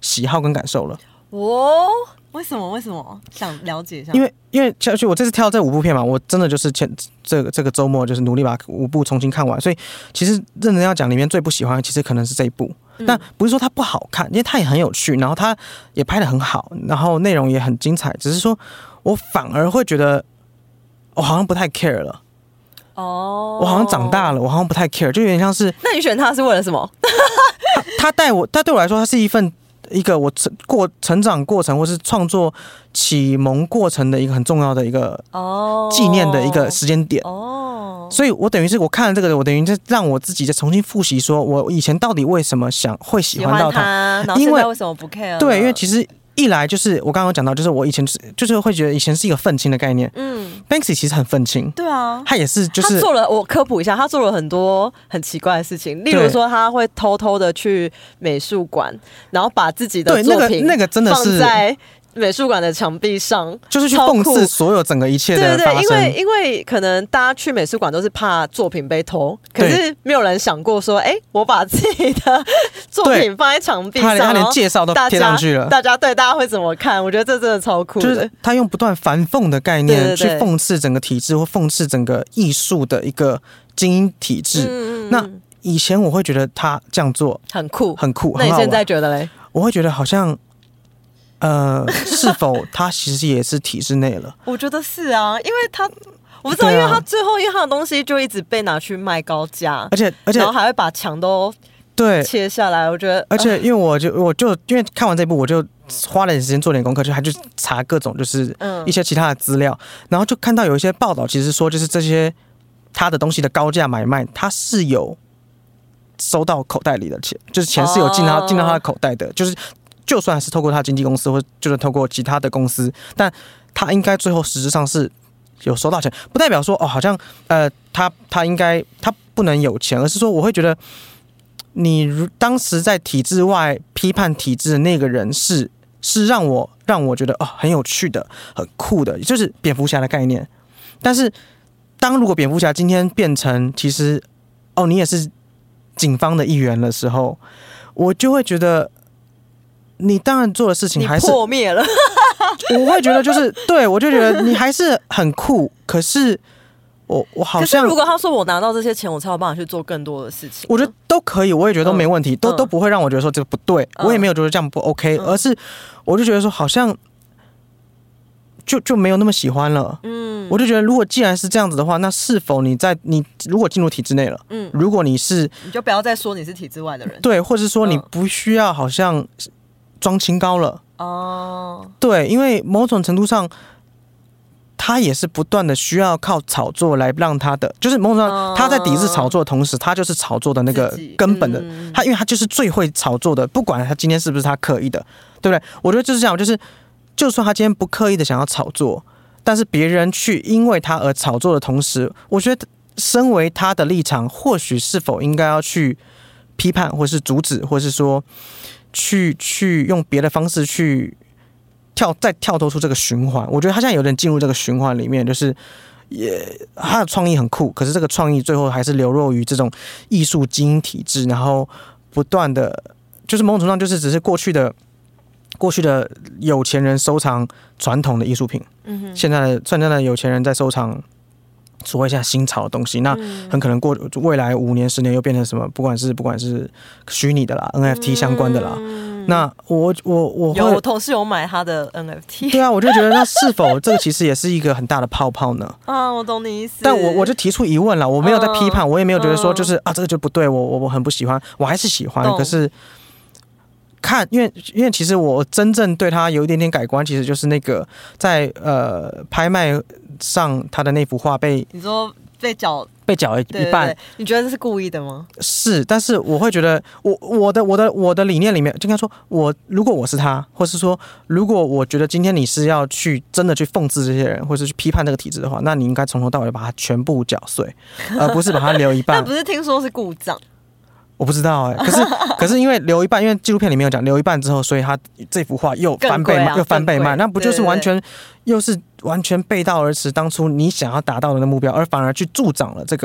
喜好跟感受了。 哦，为什么？为什么？想了解一下。 因为因为其实我这次挑这五部片嘛，我真的就是前这个这个周末就是努力把五部重新看完，所以其实认真要讲，里面最不喜欢的其实可能是这一部。嗯、但不是说它不好看，因为它也很有趣，然后它也拍得很好，然后内容也很精彩，只是说我反而会觉得我好像不太 care 了。哦，我好像长大了，我好像不太 care， 就有点像是。 那你选它是为了什么？ 他他带我，他对我来说，它是一份一个我成过成长过程，或是创作启蒙过程的一个很重要的一个纪念的一个时间点。哦，所以我等于是我看了这个，我等于是让我自己再重新复习，说我以前到底为什么想会喜欢到他， 因为为什么不 care？ 对，因为其实。一来就是我刚刚讲到，就是我以前就是会觉得以前是一个愤青的概念。嗯 ，Banksy 其实很愤青。 对啊， 他也是就是他做了，我科普一下，他做了很多很奇怪的事情，例如说他会偷偷的去美术馆，然后把自己的作品那个真的是放在美术馆的墙壁上， 就是去讽刺所有整个一切的发生。 对对，因为因为可能大家去美术馆都是怕作品被偷，可是没有人想过说，哎、欸，我把自己的作品放在墙壁上， 他连介绍都贴上去了， 大家对大家会怎么看？我觉得这真的超酷的。 就是他用不断反讽的概念对对对去讽刺整个体制，或讽刺整个艺术的一个精英体制。嗯、那以前我会觉得他这样做很酷， 很酷。 那你现在觉得嘞？ 我会觉得好像。呃，是否他其实也是体制内了？ 我觉得是啊，因为他我不知道，因为他最后因为他的东西就一直被拿去卖高价， 而且而且然后还会把墙都对切下来。我觉得， 而且因为我就我就因为看完这部，我就花了点时间做点功课，就还去查各种就是一些其他的资料，嗯、然后就看到有一些报道，其实说就是这些他的东西的高价买卖，他是有收到口袋里的钱，就是钱是有进他进、哦、到他的口袋的，就是。就算是透过他经纪公司，或就是透过其他的公司，但他应该最后实质上是有收到钱，不代表说哦，好像呃，他他应该他不能有钱，而是说我会觉得，你当时在体制外批判体制的那个人是是让我让我觉得哦很有趣的、很酷的，就是蝙蝠侠的概念。但是当如果蝙蝠侠今天变成其实哦你也是警方的一员的时候，我就会觉得。你当然做的事情还是破灭了， 我会觉得就是对我就觉得你还是很酷，可是我我好像可是如果他说我拿到这些钱，我才有办法去做更多的事情， 我觉得都可以，我也觉得都没问题，嗯、都都不会让我觉得说这个不对，嗯、我也没有觉得这样不 OK，、嗯、而是我就觉得说好像就就没有那么喜欢了，嗯，我就觉得如果既然是这样子的话，那是否你在你如果进入体制内了，嗯，如果你是你就不要再说你是体制外的人， 对，或是说你不需要好像。装清高了哦，对，因为某种程度上，他也是不断的需要靠炒作来让他的，就是某种程度上他在抵制炒作的同时，他就是炒作的那个根本的，嗯、他因为他就是最会炒作的，不管他今天是不是他刻意的，对不对？我觉得就是这样，就是就算他今天不刻意的想要炒作，但是别人去因为他而炒作的同时，我觉得身为他的立场，或许是否应该要去批判，或是阻止，或是说。去去用别的方式去跳，再跳脱出这个循环。我觉得他现在有点进入这个循环里面，就是也他的创意很酷，可是这个创意最后还是流落于这种艺术精英体制，然后不断的，就是某种程度上就是只是过去的过去的有钱人收藏传统的艺术品，嗯哼，现在的现在的有钱人在收藏。所谓现在新潮的东西，那很可能过未来五年、十年又变成什么？不管是不管是虚拟的啦、N F T 相关的啦，嗯、那我我我会有我同事有买他的 N F T， 对啊，我就觉得那是否这个其实也是一个很大的泡泡呢？ 啊，我懂你意思。 但我我就提出疑问了，我没有在批判，嗯、我也没有觉得说就是啊这个就不对，我我我很不喜欢，我还是喜欢，可是。看，因为因为其实我真正对他有一点点改观，其实就是那个在呃拍卖上他的那幅画被你说被缴被缴一半， 对对对，你觉得这是故意的吗？ 是，但是我会觉得我我的我的我的理念里面，就应该说我如果我是他，或是说如果我觉得今天你是要去真的去讽刺这些人，或是去批判这个体制的话，那你应该从头到尾把它全部缴碎，而不是把它留一半。 但不是听说是故障。 我不知道哎、欸，可是可是因为留一半，因为纪录片里面有讲留一半之后，所以他这幅画又翻倍、啊、又翻倍卖，那不就是完全又是完全背道而驰当初你想要达到的那目标，而反而去助长了这个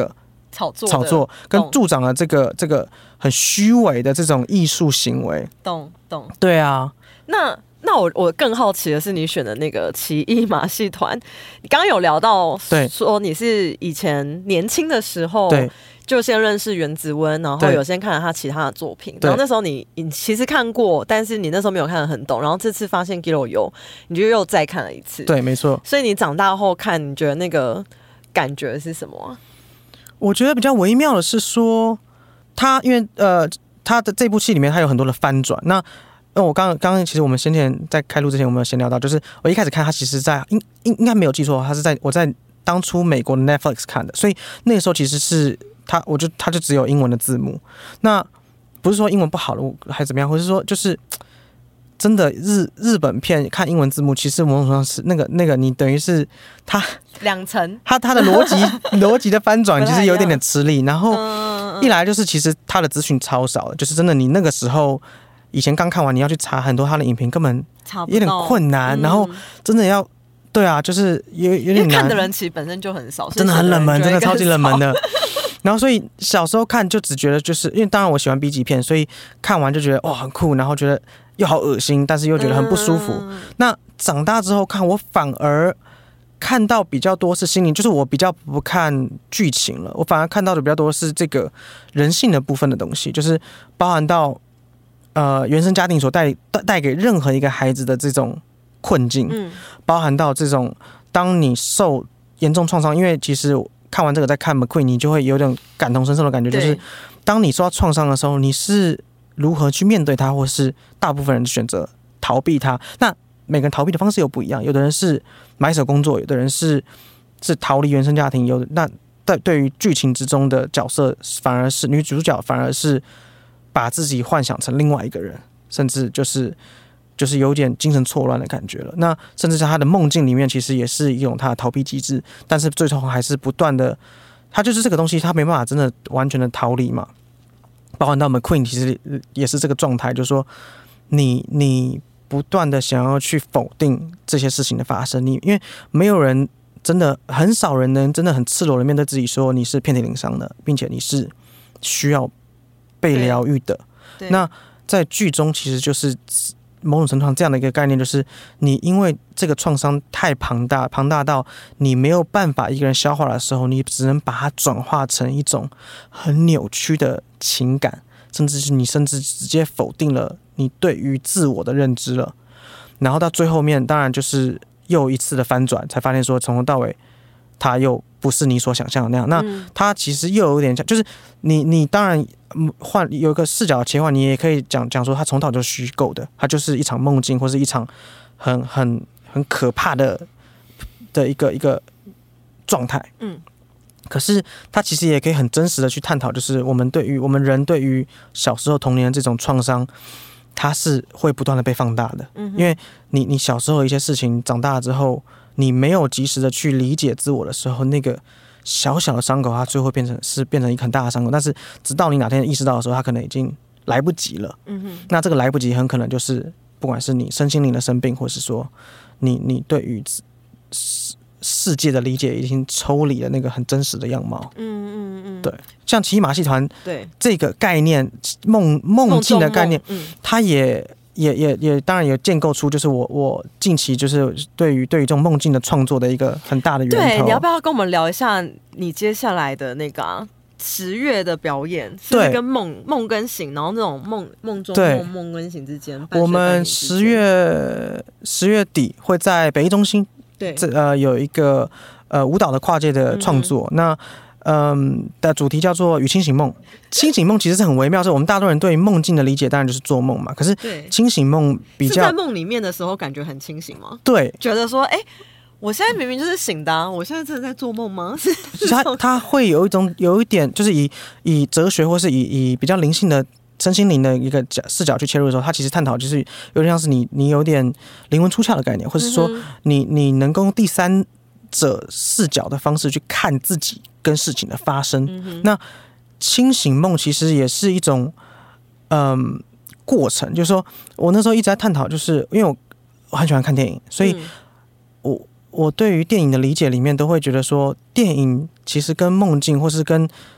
炒作炒作，跟助长了这个这个很虚伪的这种艺术行为。 懂懂。 对啊， 那那我我更好奇的是，你选的那个奇异马戏团，你刚刚有聊到说你是以前年轻的时候， 对。 就先认识原子温，然后有先看了他其他的作品，然后那时候你你其实看过，但是你那时候没有看得很懂，然后这次发现 Gillo 有，你就又再看了一次。 对，没错。 所以你长大后看，你觉得那个感觉是什么啊？ 我觉得比较微妙的是说，他因为呃，他的这部戏里面他有很多的翻转。那那我刚刚刚其实我们先前在开录之前，我们有先聊到，就是我一开始看他其实在应应应该没有记错，他是在我在当初美国的 Netflix 看的，所以那个时候其实是。他我就他就只有英文的字幕，那不是说英文不好了还是怎么样，或是说就是真的日日本片看英文字幕，其实某种程度上是那个那个你等于是他两层， 他他的逻辑逻辑的翻转其实有一点点吃力，然后一来就是其实他的资讯超少的，就是真的你那个时候以前刚看完你要去查很多他的影评根本有点困难，然后真的要对啊，就是有有点难， 看的人其实本身就很少， 真的很冷门，真的超级冷门的。然后所以小时候看就只觉得就是因为当然我喜欢 B 级片，所以看完就觉得哇很酷，然后觉得又好恶心，但是又觉得很不舒服。嗯、那长大之后看，我反而看到比较多是心灵，就是我比较不看剧情了，我反而看到的比较多是这个人性的部分的东西，就是包含到呃原生家庭所带带给任何一个孩子的这种困境，嗯、包含到这种当你受严重创伤，因为其实。看完这个再看 McQueen， 你就会有点感同身受的感觉，就是当你受到创伤的时候，你是如何去面对它，或是大部分人选择逃避它。那每个人逃避的方式又不一样，有的人是埋首工作，有的人是是逃离原生家庭，有的那对对于剧情之中的角色，反而是女主角反而是把自己幻想成另外一个人，甚至就是。就是有点精神错乱的感觉了。那甚至在他的梦境里面，其实也是一种他的逃避机制，但是最终还是不断的，他就是这个东西，他没办法真的完全的逃离嘛。包含到 McQueen 其实也是这个状态，就是说你你不断的想要去否定这些事情的发生，你因为没有人真的很少人能真的很赤裸的面对自己说你是遍体鳞伤的，并且你是需要被疗愈的。那在剧中其实就是。某种程度上，这样的一个概念就是，你因为这个创伤太庞大，庞大到你没有办法一个人消化的时候，你只能把它转化成一种很扭曲的情感，甚至是你甚至直接否定了你对于自我的认知了。然后到最后面，当然就是又一次的翻转，才发现说从头到尾，他又不是你所想象的那样。那他其实又有点像，就是你你当然。换有一个视角切换，你也可以讲讲说，它从头就是虚构的，它就是一场梦境，或是一场很很很可怕的的一个一个状态。嗯，可是它其实也可以很真实的去探讨，就是我们对于我们人对于小时候童年的这种创伤，它是会不断的被放大的。嗯，因为你你小时候一些事情，长大了之后，你没有及时的去理解自我的时候，那个。小小的伤口，它最后变成是变成一个很大的伤口，但是直到你哪天意识到的时候，它可能已经来不及了。嗯哼，那这个来不及，很可能就是不管是你身心灵的生病，或是说你你对于世界的理解已经抽离了那个很真实的样貌。嗯嗯嗯，对，像奇异马戏团，对这个概念梦梦境的概念，嗯，它也。也也也当然也建构出，就是我我近期就是对于对于这种梦境的创作的一个很大的源头。对， 你要不要跟我们聊一下你接下来的那个、啊、十月的表演？是不是跟梦梦跟醒，然后那种梦梦中梦梦跟醒之间？ 我们十月十月底会在北艺中心，对，这呃有一个呃舞蹈的跨界的创作。嗯、那嗯的主题叫做《与清醒梦》。清醒梦其实是很微妙，是我们大多人对于梦境的理解，当然就是做梦嘛。可是清醒梦比较是在梦里面的时候，感觉很清醒吗？ 对， 觉得说，哎、欸，我现在明明就是醒的、啊，我现在真的在做梦吗？是它它会有一种有一点，就是以以哲学或是以以比较灵性的身心灵的一个视角去切入的时候，它其实探讨就是有点像是你你有点灵魂出窍的概念，或是说你你能够用第三者视角的方式去看自己跟事情的发生。嗯、那清醒梦其实也是一种嗯过程，就是说我那时候一直在探讨，就是因为我我很喜欢看电影，所以我我对于电影的理解里面都会觉得说，电影其实跟梦境或是跟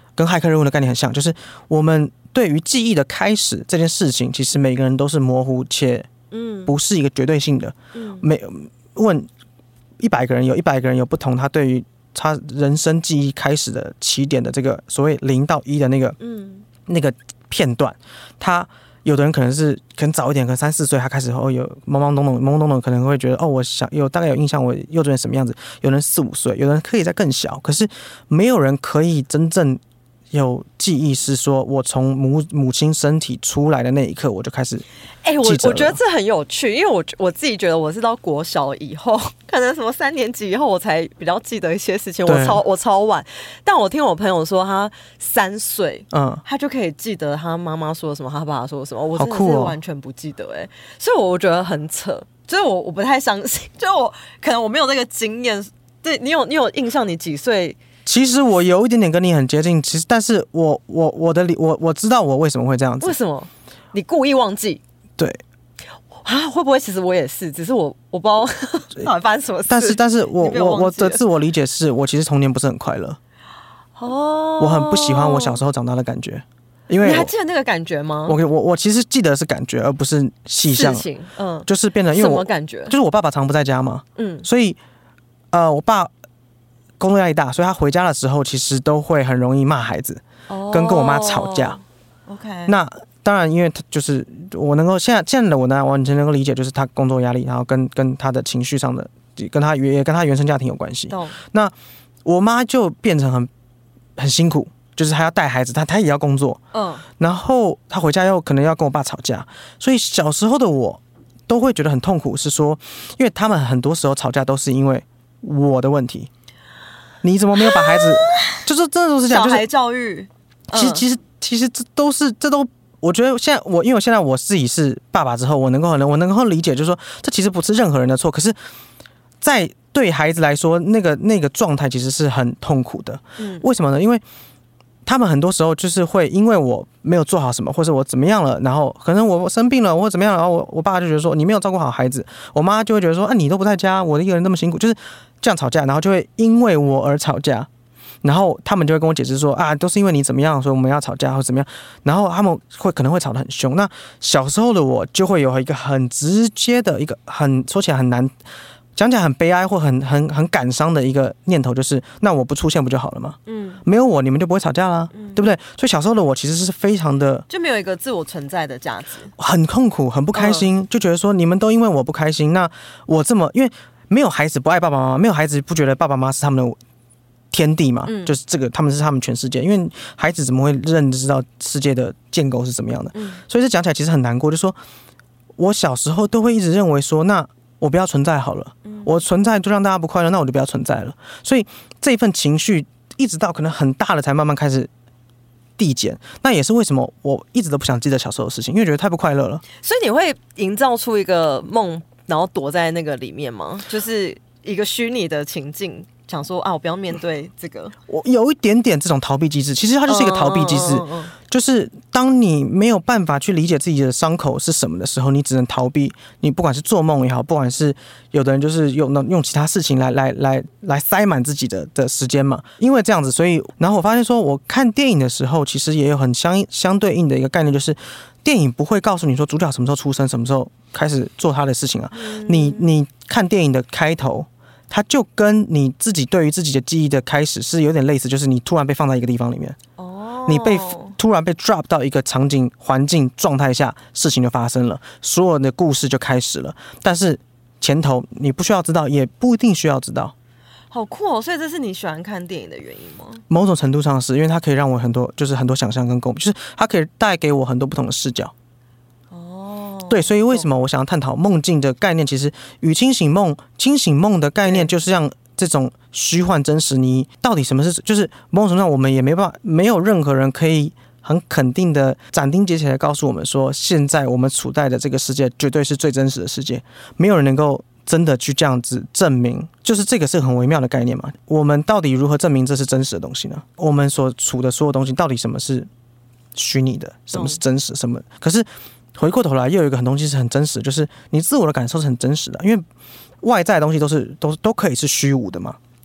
跟骇客任务的概念很像，就是我们对于记忆的开始这件事情，其实每个人都是模糊且不是一个绝对性的。嗯，每问一百个人，有一百个人有不同，他对于他人生记忆开始的起点的这个所谓零到一的那个、嗯、那个片段，他有的人可能是可能早一点，可能三四岁他开始后有懵懵懂懂懵懵懂懂，可能会觉得哦，我想有大概有印象我幼稚园什么样子。有人四五岁，有人可以再更小，可是没有人可以真正有记忆是说我从 母, 母亲身体出来的那一刻我就开始记哎、欸，我我觉得这很有趣，因为我我自己觉得我是到国小以后，可能什么三年级以后我才比较记得一些事情，我超我超晚。但我听我朋友说，他三岁，嗯，他就可以记得他妈妈说什么，他爸爸说什么，我真的是完全不记得哎、欸，所以我觉得很扯，就是我我不太相信，就是我可能我没有那个经验。对你有你有印象？你几岁？ 其实我有一点点跟你很接近，其实但是我我我的我我知道我为什么会这样子。 为什么？你故意忘记？ 对啊，会不会其实我也是，只是我我不知道到底发生什么事。 但是但是我我我的自我理解是我其实童年不是很快乐。哦，我很不喜欢我小时候长大的感觉。因为你还记得那个感觉吗？ 我我我其实记得是感觉，而不是细项。事情，嗯，就是变成因为我什么感觉？ 就是我爸爸常不在家嘛，嗯，所以呃，我爸工作压力大，所以他回家的时候其实都会很容易骂孩子，哦、跟跟我妈吵架。 OK， 那当然，因为他就是我能够现在现在的我呢，完全能够理解，就是他工作压力，然后跟跟他的情绪上的，跟他也跟他原生家庭有关系。那我妈就变成很很辛苦。就是他要带孩子，他他也要工作，嗯，然后他回家又可能要跟我爸吵架，所以小时候的我都会觉得很痛苦，是说，因为他们很多时候吵架都是因为我的问题，你怎么没有把孩子，就是真的都是这样， 小孩教育， 其实其实其实这都是这都，我觉得现在我因为我现在我自己是爸爸之后，我能够我能够理解，就是说这其实不是任何人的错，可是，在对孩子来说，那个那个状态其实是很痛苦的，嗯，为什么呢？因为他们很多时候就是会因为我没有做好什么，或者我怎么样了，然后可能我生病了或者怎么样，然后我我爸就觉得说你没有照顾好孩子，我妈就会觉得说啊你都不在家，我一个人那么辛苦，就是这样吵架，然后就会因为我而吵架，然后他们就会跟我解释说啊都是因为你怎么样，所以我们要吵架或怎么样，然后他们会可能会吵得很凶。那小时候的我就会有一个很直接的一个很说起来很难。讲起来很悲哀或很很很感伤的一个念头，就是那我不出现不就好了吗？嗯，没有我你们就不会吵架啦，嗯、对不对？所以小时候的我其实是非常的就没有一个自我存在的价值， 很痛苦，很不开心，嗯、就觉得说你们都因为我不开心，那我这么因为没有孩子不爱爸爸妈妈，没有孩子不觉得爸爸妈妈是他们的天地嘛，嗯、就是这个他们是他们全世界，因为孩子怎么会认知到世界的建构是怎么样的？嗯、所以这讲起来其实很难过，就是说我小时候都会一直认为说那。我不要存在好了，我存在就让大家不快乐，那我就不要存在了。所以这一份情绪一直到可能很大了才慢慢开始递减。那也是为什么我一直都不想记得小时候的事情，因为觉得太不快乐了。 所以你会营造出一个梦，然后躲在那个里面吗？就是一个虚拟的情境。想说啊，我不要面对这个， 我有一点点这种逃避机制，其实它就是一个逃避机制，嗯嗯嗯嗯就是当你没有办法去理解自己的伤口是什么的时候，你只能逃避。你不管是做梦也好，不管是有的人就是用用其他事情来来来来塞满自己的的时间嘛。因为这样子，所以然后我发现说，我看电影的时候，其实也有很相相对应的一个概念，就是电影不会告诉你说主角什么时候出生，什么时候开始做他的事情啊。嗯、你你看电影的开头。它就跟你自己对于自己的记忆的开始是有点类似，就是你突然被放在一个地方里面，哦，你被突然被 drop 到一个场景、环境、状态下，事情就发生了，所有的故事就开始了。但是前头你不需要知道，也不一定需要知道。 好酷哦！所以这是你喜欢看电影的原因吗？ 某种程度上是因为它可以让我很多，就是很多想象跟共鸣，就是它可以带给我很多不同的视角。对，所以为什么我想要探讨梦境的概念？其实与清醒梦、清醒梦的概念，就是像这种虚幻真实，你到底什么是？就是某种程度上，我们也没办法，没有任何人可以很肯定的斩钉截铁的告诉我们说，现在我们处在的这个世界绝对是最真实的世界，没有人能够真的去这样子证明。就是这个是很微妙的概念嘛？我们到底如何证明这是真实的东西呢？我们所处的所有东西，到底什么是虚拟的，什么是真实？什么？可是。回过头来，又有一个很东西是很真实的，就是你自我的感受是很真实的，因为外在的东西都是都都可以是虚无的嘛。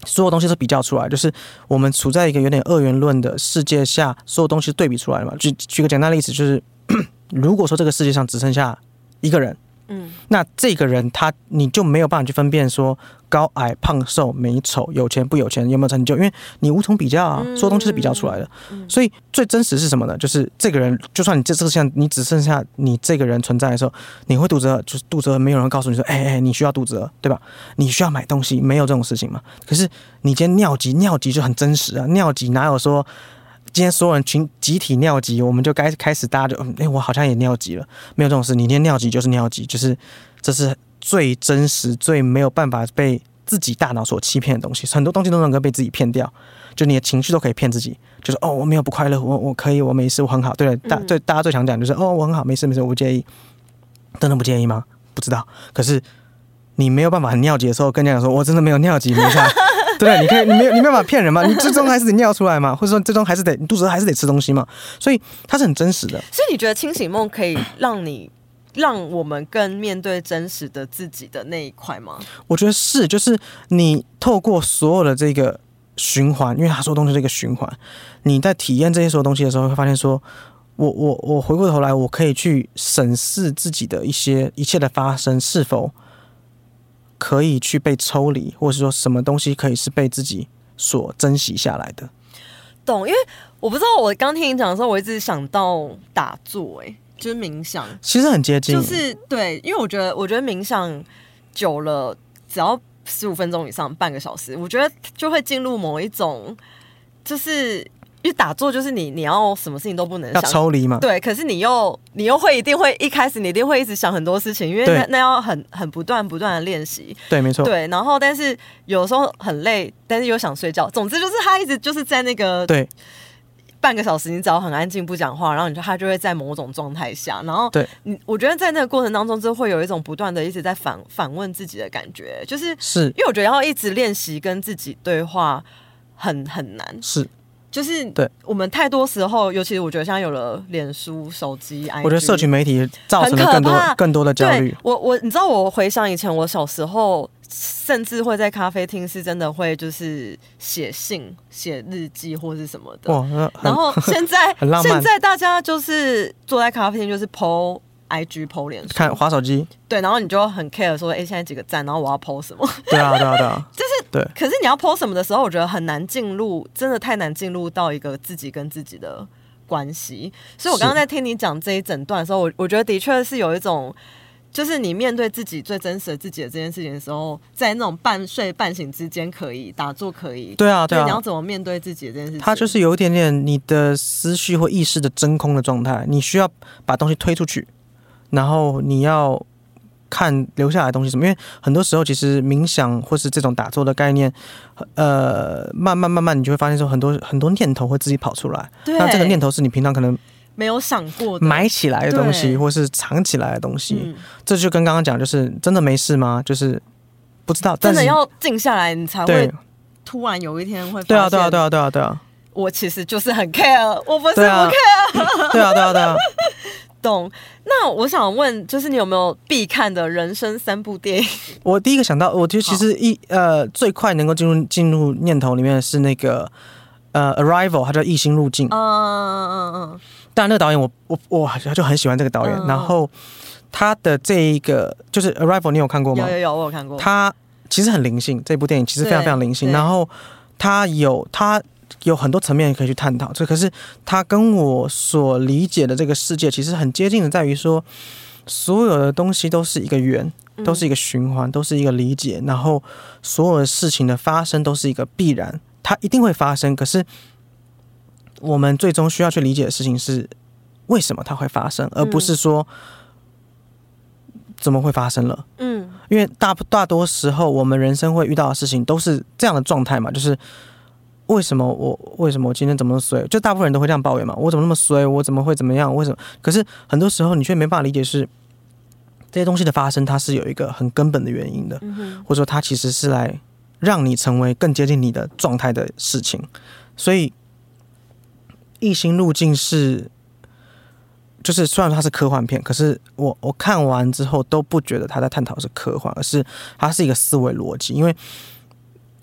所有东西是比较出来，就是我们处在一个有点二元论的世界下，所有东西对比出来嘛。举举个简单的例子，就是如果说这个世界上只剩下一个人，嗯，那这个人他你就没有办法去分辨说高矮胖瘦美丑有钱不有钱有没有成就，因为你无从比较啊，所有东西是比较出来的。所以最真实是什么呢？就是这个人，就算你这这个像你只剩下你这个人存在的时候，你会肚子饿，就是肚子饿，没有人告诉你说，哎、欸、哎、欸，你需要肚子饿，对吧？你需要买东西，没有这种事情嘛。可是你今天尿急，尿急就很真实啊，尿急哪有说今天所有人群集体尿急，我们就该开始大家就哎、欸，我好像也尿急了，没有这种事。你今天尿急就是尿急，就是这是最真实、最没有办法被自己大脑所欺骗的东西。很多东西都能够被自己骗掉，就你的情绪都可以骗自己，就是哦，我没有不快乐，我我可以，我没事，我很好。对了，大最大家最常讲就是哦，我很好，没事没事，我不介意。真的不介意吗？不知道。可是你没有办法很尿急的时候跟人家讲说，我真的没有尿急，没事。对，你可以，你没有，你没有办法骗人嘛？你最终还是得尿出来嘛，或者说最终还是得你肚子还是得吃东西嘛。所以它是很真实的。 所以你觉得清醒梦可以让你让我们更面对真实的自己的那一块吗？ 我觉得是，就是你透过所有的这个循环，因为它所有东西是一个循环，你在体验这些所有东西的时候，会发现说，我我我回过头来，我可以去审视自己的一些一切的发生是否可以去被抽离，或者是说什么东西可以是被自己所珍惜下来的。 懂，因为我不知道，我刚听你讲的时候，我一直想到打坐、欸，哎，就是冥想， 其实很接近， 就是对，因为我觉得，我觉得冥想久了，只要十五分钟以上，半个小时，我觉得就会进入某一种，就是因为打坐就是你你要什么事情都不能想， 要抽离嘛， 对，可是你又你又会一定会一开始你一定会一直想很多事情，因为那那要很很不断不断的练习， 对，没错， 对，然后但是有时候很累，但是又想睡觉，总之就是他一直就是在那个对。 半个小时，你只要很安静不讲话，然后你就他就会在某种状态下，然后对你，我觉得在那个过程当中，就会有一种不断的一直在反反问自己的感觉，就是是因为我觉得要一直练习跟自己对话很很难， 是就是对我们太多时候，尤其是我觉得现在有了脸书、手机， 我觉得社群媒体造成了更多更多的焦虑。 我我你知道，我回想以前我小时候。甚至会在咖啡厅是真的会就是写信、写日记或是什么的。哇，然后现在现在大家就是坐在咖啡厅就是 po I G、po 脸书、 看滑手机， 对，然后你就很 care 说，哎、欸，现在几个赞，然后我要 po 什么？ 对啊，对啊，对啊， 就是对。可是你要 po 什么的时候，我觉得很难进入，真的太难进入到一个自己跟自己的关系。所以我刚刚在听你讲这一整段的时候，我我觉得的确是有一种。就是你面对自己最真实的自己的这件事情的时候，在那种半睡半醒之间可以打坐，可以对啊对啊， 你要怎么面对自己的这件事情？ 它就是有一点点你的思绪或意识的真空的状态，你需要把东西推出去，然后你要看留下来的东西什么。因为很多时候其实冥想或是这种打坐的概念，呃，慢慢慢慢你就会发现说很多很多念头会自己跑出来，那这个念头是你平常可能。 没有想过的埋起来的东西，或是藏起来的东西，嗯、这就跟刚刚讲，就是真的没事吗？就是不知道， 真的要静下来，你才会突然有一天会发现。 对啊，对啊，对啊，对啊，对啊。 我其实就是很 care， 我不是不 care。 对啊，对啊，对啊。 懂。那我想问，就是你有没有必看的人生三部电影？ 我第一个想到，我觉得其实一呃最快能够进入进入念头里面的是那个呃 Arrival， 它叫《异星入境》。嗯嗯嗯嗯。当然，那个导演我我我就很喜欢这个导演，嗯、然后他的这一个就是 Arrival， 你有看过吗？ 有有有，我有看过。 他其实很灵性，这部电影其实非常非常灵性，然后他有他有很多层面可以去探讨。这可是他跟我所理解的这个世界其实很接近的，在于说所有的东西都是一个圆，都是一个循环，都是一个理解，然后所有的事情的发生都是一个必然，它一定会发生，可是。我们最终需要去理解的事情是为什么它会发生，而不是说怎么会发生了。嗯，因为大大多时候我们人生会遇到的事情都是这样的状态嘛，就是为什么我为什么我今天怎么衰？就大部分人都会这样抱怨嘛，我怎么那么衰？我怎么会怎么样？为什么？可是很多时候你却没办法理解是这些东西的发生，它是有一个很根本的原因的，嗯、或者说它其实是来让你成为更接近你的状态的事情，所以。异星入境是，就是虽然它是科幻片，可是我我看完之后都不觉得他在探讨是科幻，而是它是一个思维逻辑。因为，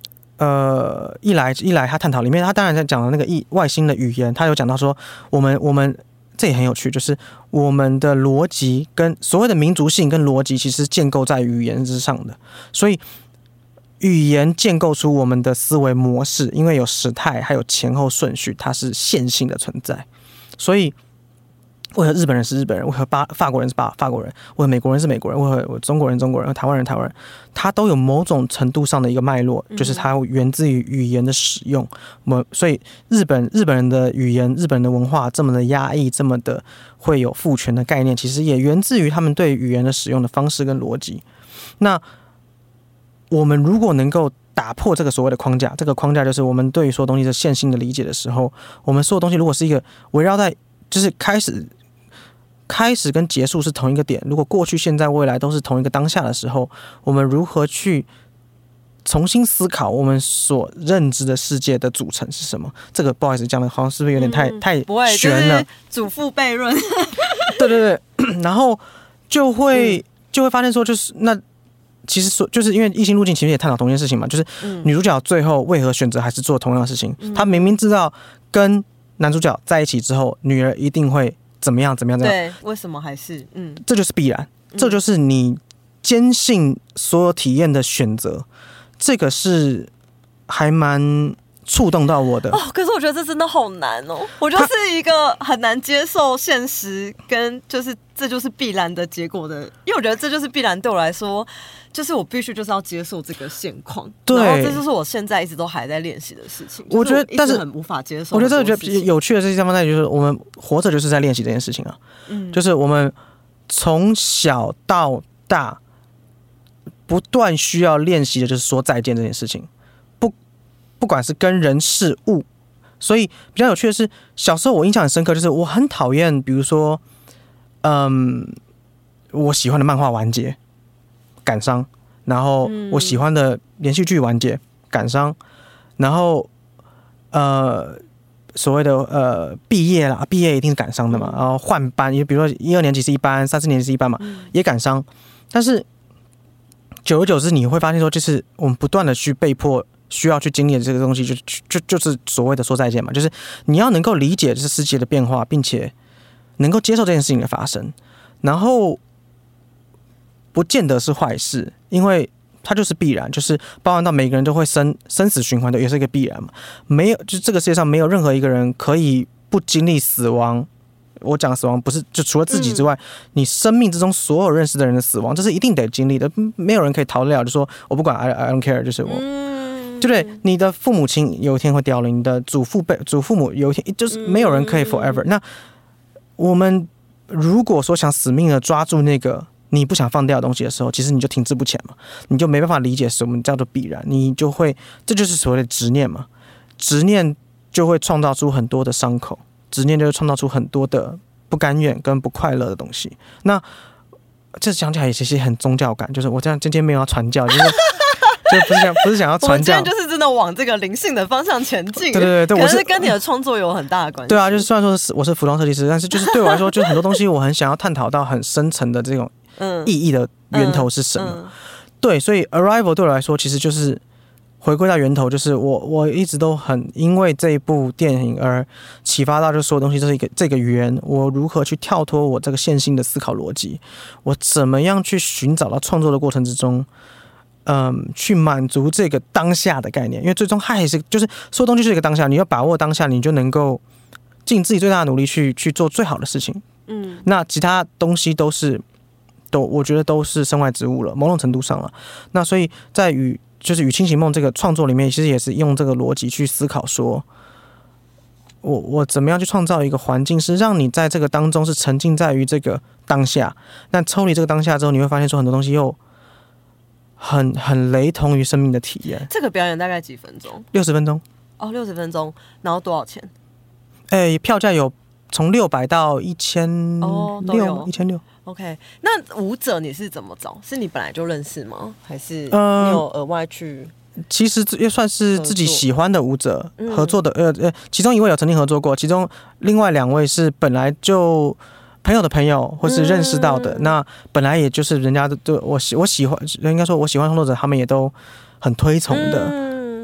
呃，一来一来他探讨里面，他当然在讲的那个异外星的语言，他有讲到说，我们我们这也很有趣，就是我们的逻辑跟所谓的民族性跟逻辑，其实建构在语言之上的，所以语言建构出我们的思维模式，因为有时态还有前后顺序，它是线性的存在，所以。为何日本人是日本人？为何巴法国人是巴法国人？为何美国人是美国人？为何中国人中国人？台湾人台湾人？它都有某种程度上的一个脉络，就是它源自于语言的使用。我所以日本日本人的语言、日本人的文化这么的压抑，这么的会有父权的概念，其实也源自于他们对语言的使用的方式跟逻辑。那我们如果能够打破这个所谓的框架，这个框架就是我们对于所有东西的线性的理解的时候，我们所有东西如果是一个围绕在，就是开始。开始跟结束是同一个点，如果过去、现在、未来都是同一个当下的时候，我们如何去重新思考我们所认知的世界的组成是什么？这个不好意思讲的，好像是不是有点太、嗯、太悬了？ 祖父悖论。 对对对，然后就会、嗯、就会发现说，就是那其实说，就是因为异星路径其实也探讨同一件事情嘛，就是女主角最后为何选择还是做同样的事情？嗯、她明明知道跟男主角在一起之后，女儿一定会。怎么样？怎么样？怎么样？ 对，为什么还是嗯？ 这就是必然，这就是你坚信所有体验的选择，这个是还蛮触动到我的哦。可是我觉得这真的好难哦，我就是一个很难接受现实跟就是这就是必然的结果的，因为我觉得这就是必然对我来说。就是我必须就是要接受这个现况，对，然后这就是我现在一直都还在练习的事情。 我觉得，但是很无法接受。 我觉得这个觉得有趣的地方在于，就是我们活着就是在练习这件事情啊。嗯，就是我们从小到大不断需要练习的，就是说再见这件事情。不，不管是跟人事物，所以比较有趣的是，小时候我印象很深刻，就是我很讨厌，比如说，嗯，我喜欢的漫画完结。感伤，然后我喜欢的连续剧完结，感伤，然后呃所谓的呃毕业啦，毕业一定是感伤的嘛，然后换班，比如说一二年级是一班，三四年级是一班嘛，也感伤，但是久而久之你会发现说，就是我们不断的去被迫需要去经历的这个东西，就就就是所谓的说再见嘛，就是你要能够理解这世界的变化，并且能够接受这件事情的发生，然后。不见得是坏事，因为它就是必然，就是包含到每个人都会生生死循环的，也是一个必然嘛。没有，就这个世界上没有任何一个人可以不经历死亡。我讲死亡不是就除了自己之外，嗯、你生命之中所有认识的人的死亡，这是一定得经历的，没有人可以逃得了。就说我不管 I, I don't care， 就是我，嗯、对不对？你的父母亲有一天会凋零，你的祖父辈祖父母有一天，就是没有人可以 forever、嗯。那我们如果说想死命的抓住那个。你不想放掉的东西的时候，其实你就停滞不前嘛，你就没办法理解什么叫做必然，你就会，这就是所谓的执念嘛，执念就会创造出很多的伤口，执念就会创造出很多的不甘愿跟不快乐的东西。那这讲起来也其实很宗教感，就是我这样今天没有要传教，就是就不是想不是想要传教， 我今天就是真的往这个灵性的方向前进。 对对对， 可是跟你的创作有很大的关系。 对啊，就是虽然说是我是服装设计师，但是就是对我来说，就是很多东西我很想要探讨到很深层的这种。意义的源头是什么？嗯嗯、对，所以 Arrival 对我来说，其实就是回归到源头，就是我我一直都很因为这一部电影而启发到，就是所有东西都是一个这个源，我如何去跳脱我这个线性的思考逻辑，我怎么样去寻找到创作的过程之中，嗯，去满足这个当下的概念，因为最终它也是就是所有东西是一个当下，你要把握当下，你就能够尽自己最大的努力去去做最好的事情。嗯，那其他东西都是。都我觉得都是身外之物了，某种程度上了。那所以在与就是《与清醒梦》这个创作里面，其实也是用这个逻辑去思考说，我我怎么样去创造一个环境，是让你在这个当中是沉浸在于这个当下。但抽离这个当下之后，你会发现说很多东西又很很雷同于生命的体验。 这个表演大概几分钟？ 六十分钟。 哦，六十分钟，然后多少钱？ 哎，票价有从六百到一千六，一千六。 OK， 那舞者你是怎么找？是你本来就认识吗？还是你有额外去？ 呃、其实也算是自己喜欢的舞者合作的，呃呃，其中一位有曾经合作过，其中另外两位是本来就朋友的朋友或是认识到的。嗯、那本来也就是人家对我喜我喜欢，应该说我喜欢创作者，他们也都很推崇的。嗯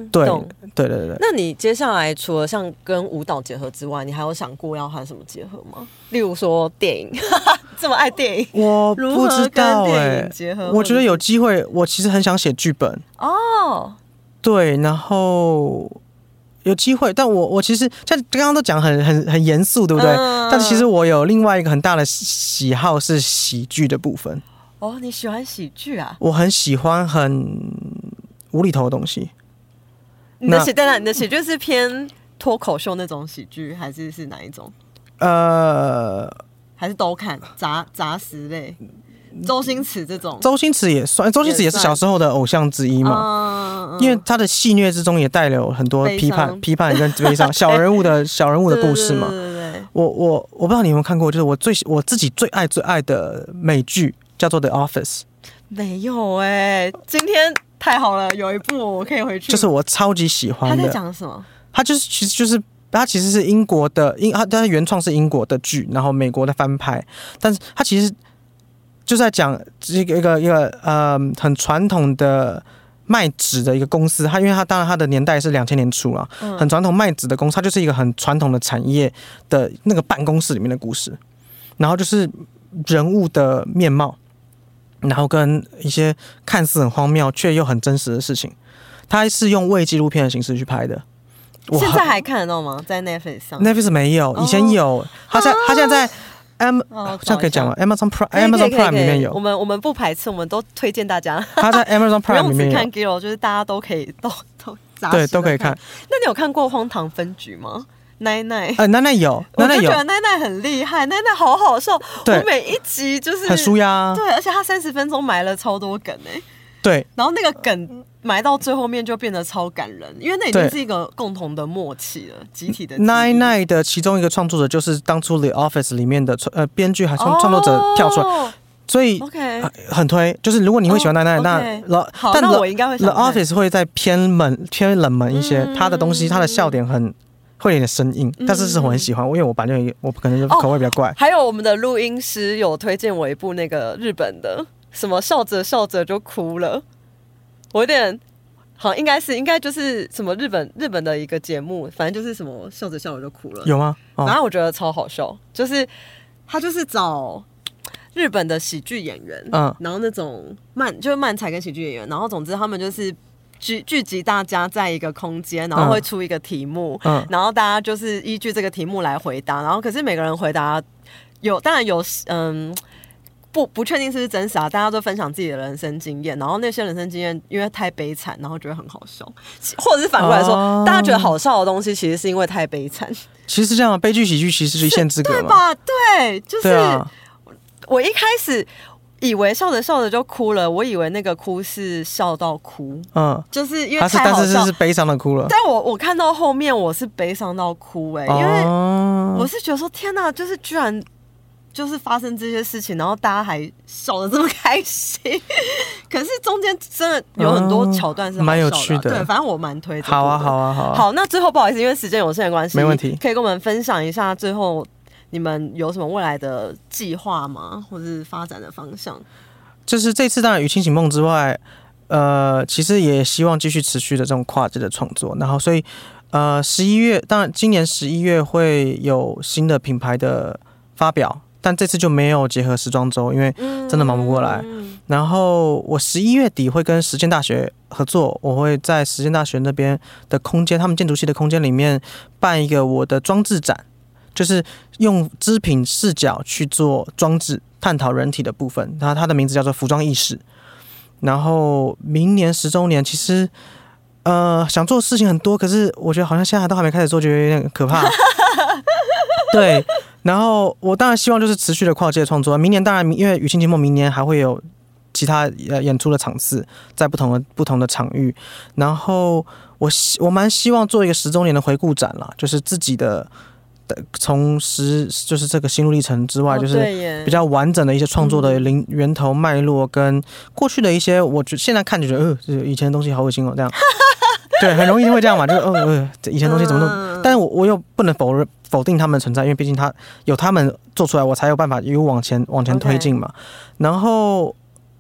对对对对。 那你接下来除了像跟舞蹈结合之外，你还有想过要和什么结合吗？例如说电影，这么爱电影， 我不知道哎、欸， 结合， 我觉得有机会。我其实很想写剧本哦，对，然后有机会，但我我其实像刚刚都讲很很很严肃，对不对？嗯、但是其实我有另外一个很大的喜好是喜剧的部分。 哦，你喜欢喜剧啊？ 我很喜欢很无厘头的东西。 你的喜，当然，你的喜剧是偏脱口秀那种喜剧，还是是哪一种？呃，还是都看杂杂食类。周星驰这种， 周星驰也算，周星驰也是小时候的偶像之一嘛。嗯、因为他的戏谑之中也带了很多批判、批判跟悲伤，小人物的小人物的故事嘛。 对对对对， 我我我不知道你有没有看过，就是我最我自己最爱最爱的美剧叫做《The Office》。 没有哎、欸，今天太好了，有一部我可以回去。 就是我超级喜欢的。 他在讲什么？ 他就是其实就是他其实是英国的英，他他原创是英国的剧，然后美国的翻拍，但是他其实就在讲一个一个一个呃很传统的卖纸的一个公司。他因为他当然他的年代是两千年初了，嗯、很传统卖纸的公司，它就是一个很传统的产业的那个办公室里面的故事，然后就是人物的面貌。然后跟一些看似很荒谬却又很真实的事情，他是用伪纪录片的形式去拍的。 现在还看得到吗？在 Netflix 上 ？Netflix 没有，以前有。他现他现在在 M，、哦、这样可以讲吗 ？Amazon Prime，Amazon Prime 里面有。 我们我们不排斥，我们都推荐大家。 他在 Amazon Prime 里面有。 不用只看 Giro， 就是大家都可以都都对都可以看。 那你有看过《荒唐分局》吗？奈奈， 呃，奈奈有，奈奈有， 我就觉得奈奈很厉害，奈奈好好笑，我每一集就是很舒压， 对，而且他三十分钟埋了超多梗哎、欸， 对， 然后那个梗埋到最后面就变得超感人，因为那已经是一个共同的默契了，集体的。 奈奈的其中一个创作者就是当初《The Office》里面的呃编剧还创创作者跳出来。Oh!所以、 okay. 呃、很推，就是如果你会喜欢奈奈， oh, okay. 那好， 但那我应该会想 The Office 会在偏冷偏冷门一些，嗯、他的东西他的笑点很会有点生硬，但是是我很喜欢，因为我本来就我可能就口味比较怪。 哦、还有我们的录音师有推荐我一部那个日本的，什么笑着笑着就哭了，我有点好，应该是应该就是什么日本日本的一个节目，反正就是什么笑着笑着就哭了， 有吗？ 哦、然后我觉得超好笑，就是他就是找日本的喜剧演员，嗯，然后那种漫就是漫才跟喜剧演员，然后总之他们就是聚聚集大家在一个空间，然后会出一个题目，嗯，然后大家就是依据这个题目来回答，然后可是每个人回答有当然有嗯不不确定是不是真实啊，大家都分享自己的人生经验，然后那些人生经验因为太悲惨，然后觉得很好笑，或者是反过来说，哦、大家觉得好笑的东西其实是因为太悲惨。 其实这样，悲剧喜剧其实是一线之隔嘛， 对吧？对，就是、啊、我一开始以为笑着笑着就哭了，我以为那个哭是笑到哭，嗯，就是因为太好笑， 但是是悲伤的哭了。 但我我看到后面我是悲伤到哭哎、欸，因为我是觉得说天哪，就是居然就是发生这些事情，然后大家还笑得这么开心，可是中间真的有很多桥段是蛮、啊嗯、有趣的，对，反正我蛮推的。 好啊，好啊，好啊。 好，那最后不好意思，因为时间有限的关系， 没问题， 可以跟我们分享一下最后你们有什么未来的计划吗？或是发展的方向？ 就是这次当然与清醒梦之外，呃，其实也希望继续持续的这种跨界的创作，然后所以呃，十一月当然今年十一月会有新的品牌的发表，但这次就没有结合时装周，因为真的忙不过来。嗯、然后我十一月底会跟实践大学合作，我会在实践大学那边的空间，他们建筑系的空间里面办一个我的装置展。就是用织品视角去做装置，探讨人体的部分。然后它的名字叫做服装意识。然后明年十周年，其实呃想做的事情很多，可是我觉得好像现在都还没开始做，觉得有点可怕。对，然后我当然希望就是持续的跨界创作。明年当然因为与清醒梦明年还会有其他演出的场次，在不同的不同的场域。然后我我蛮希望做一个十周年的回顾展啦，就是自己的。从十就是这个心路历程之外，就是比较完整的一些创作的零源头脉络，跟过去的一些，我觉现在看就觉得，呃，以前的东西好恶心哦，这样，对，很容易会这样嘛，就是呃呃，以前的东西怎么都，但是我我又不能否认否定他们的存在，因为毕竟他有他们做出来，我才有办法一路往前往前推进嘛。Okay. 然后，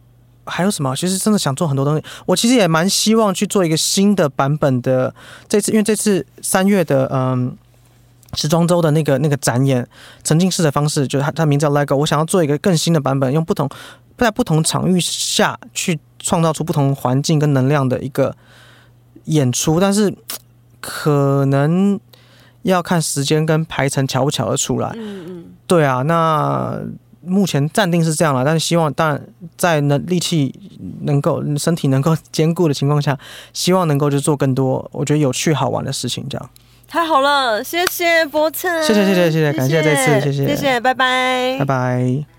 还有什么？其实真的想做很多东西。我其实也蛮希望去做一个新的版本的。这次因为这次三月的嗯时装周的那个那个展演，沉浸式的方式，就是它它名字叫 LEGO。我想要做一个更新的版本，用不同在不同场域下去创造出不同环境跟能量的一个演出，但是可能要看时间跟排程巧不巧得出来。嗯嗯，对啊，那。目前暂定是这样了，但是希望当然在能力气能够身体能够兼顾的情况下，希望能够就做更多我觉得有趣好玩的事情，这样。 太好了，谢谢柏岑， 谢谢谢谢谢谢，感谢这次，谢谢谢谢，拜拜， 拜拜。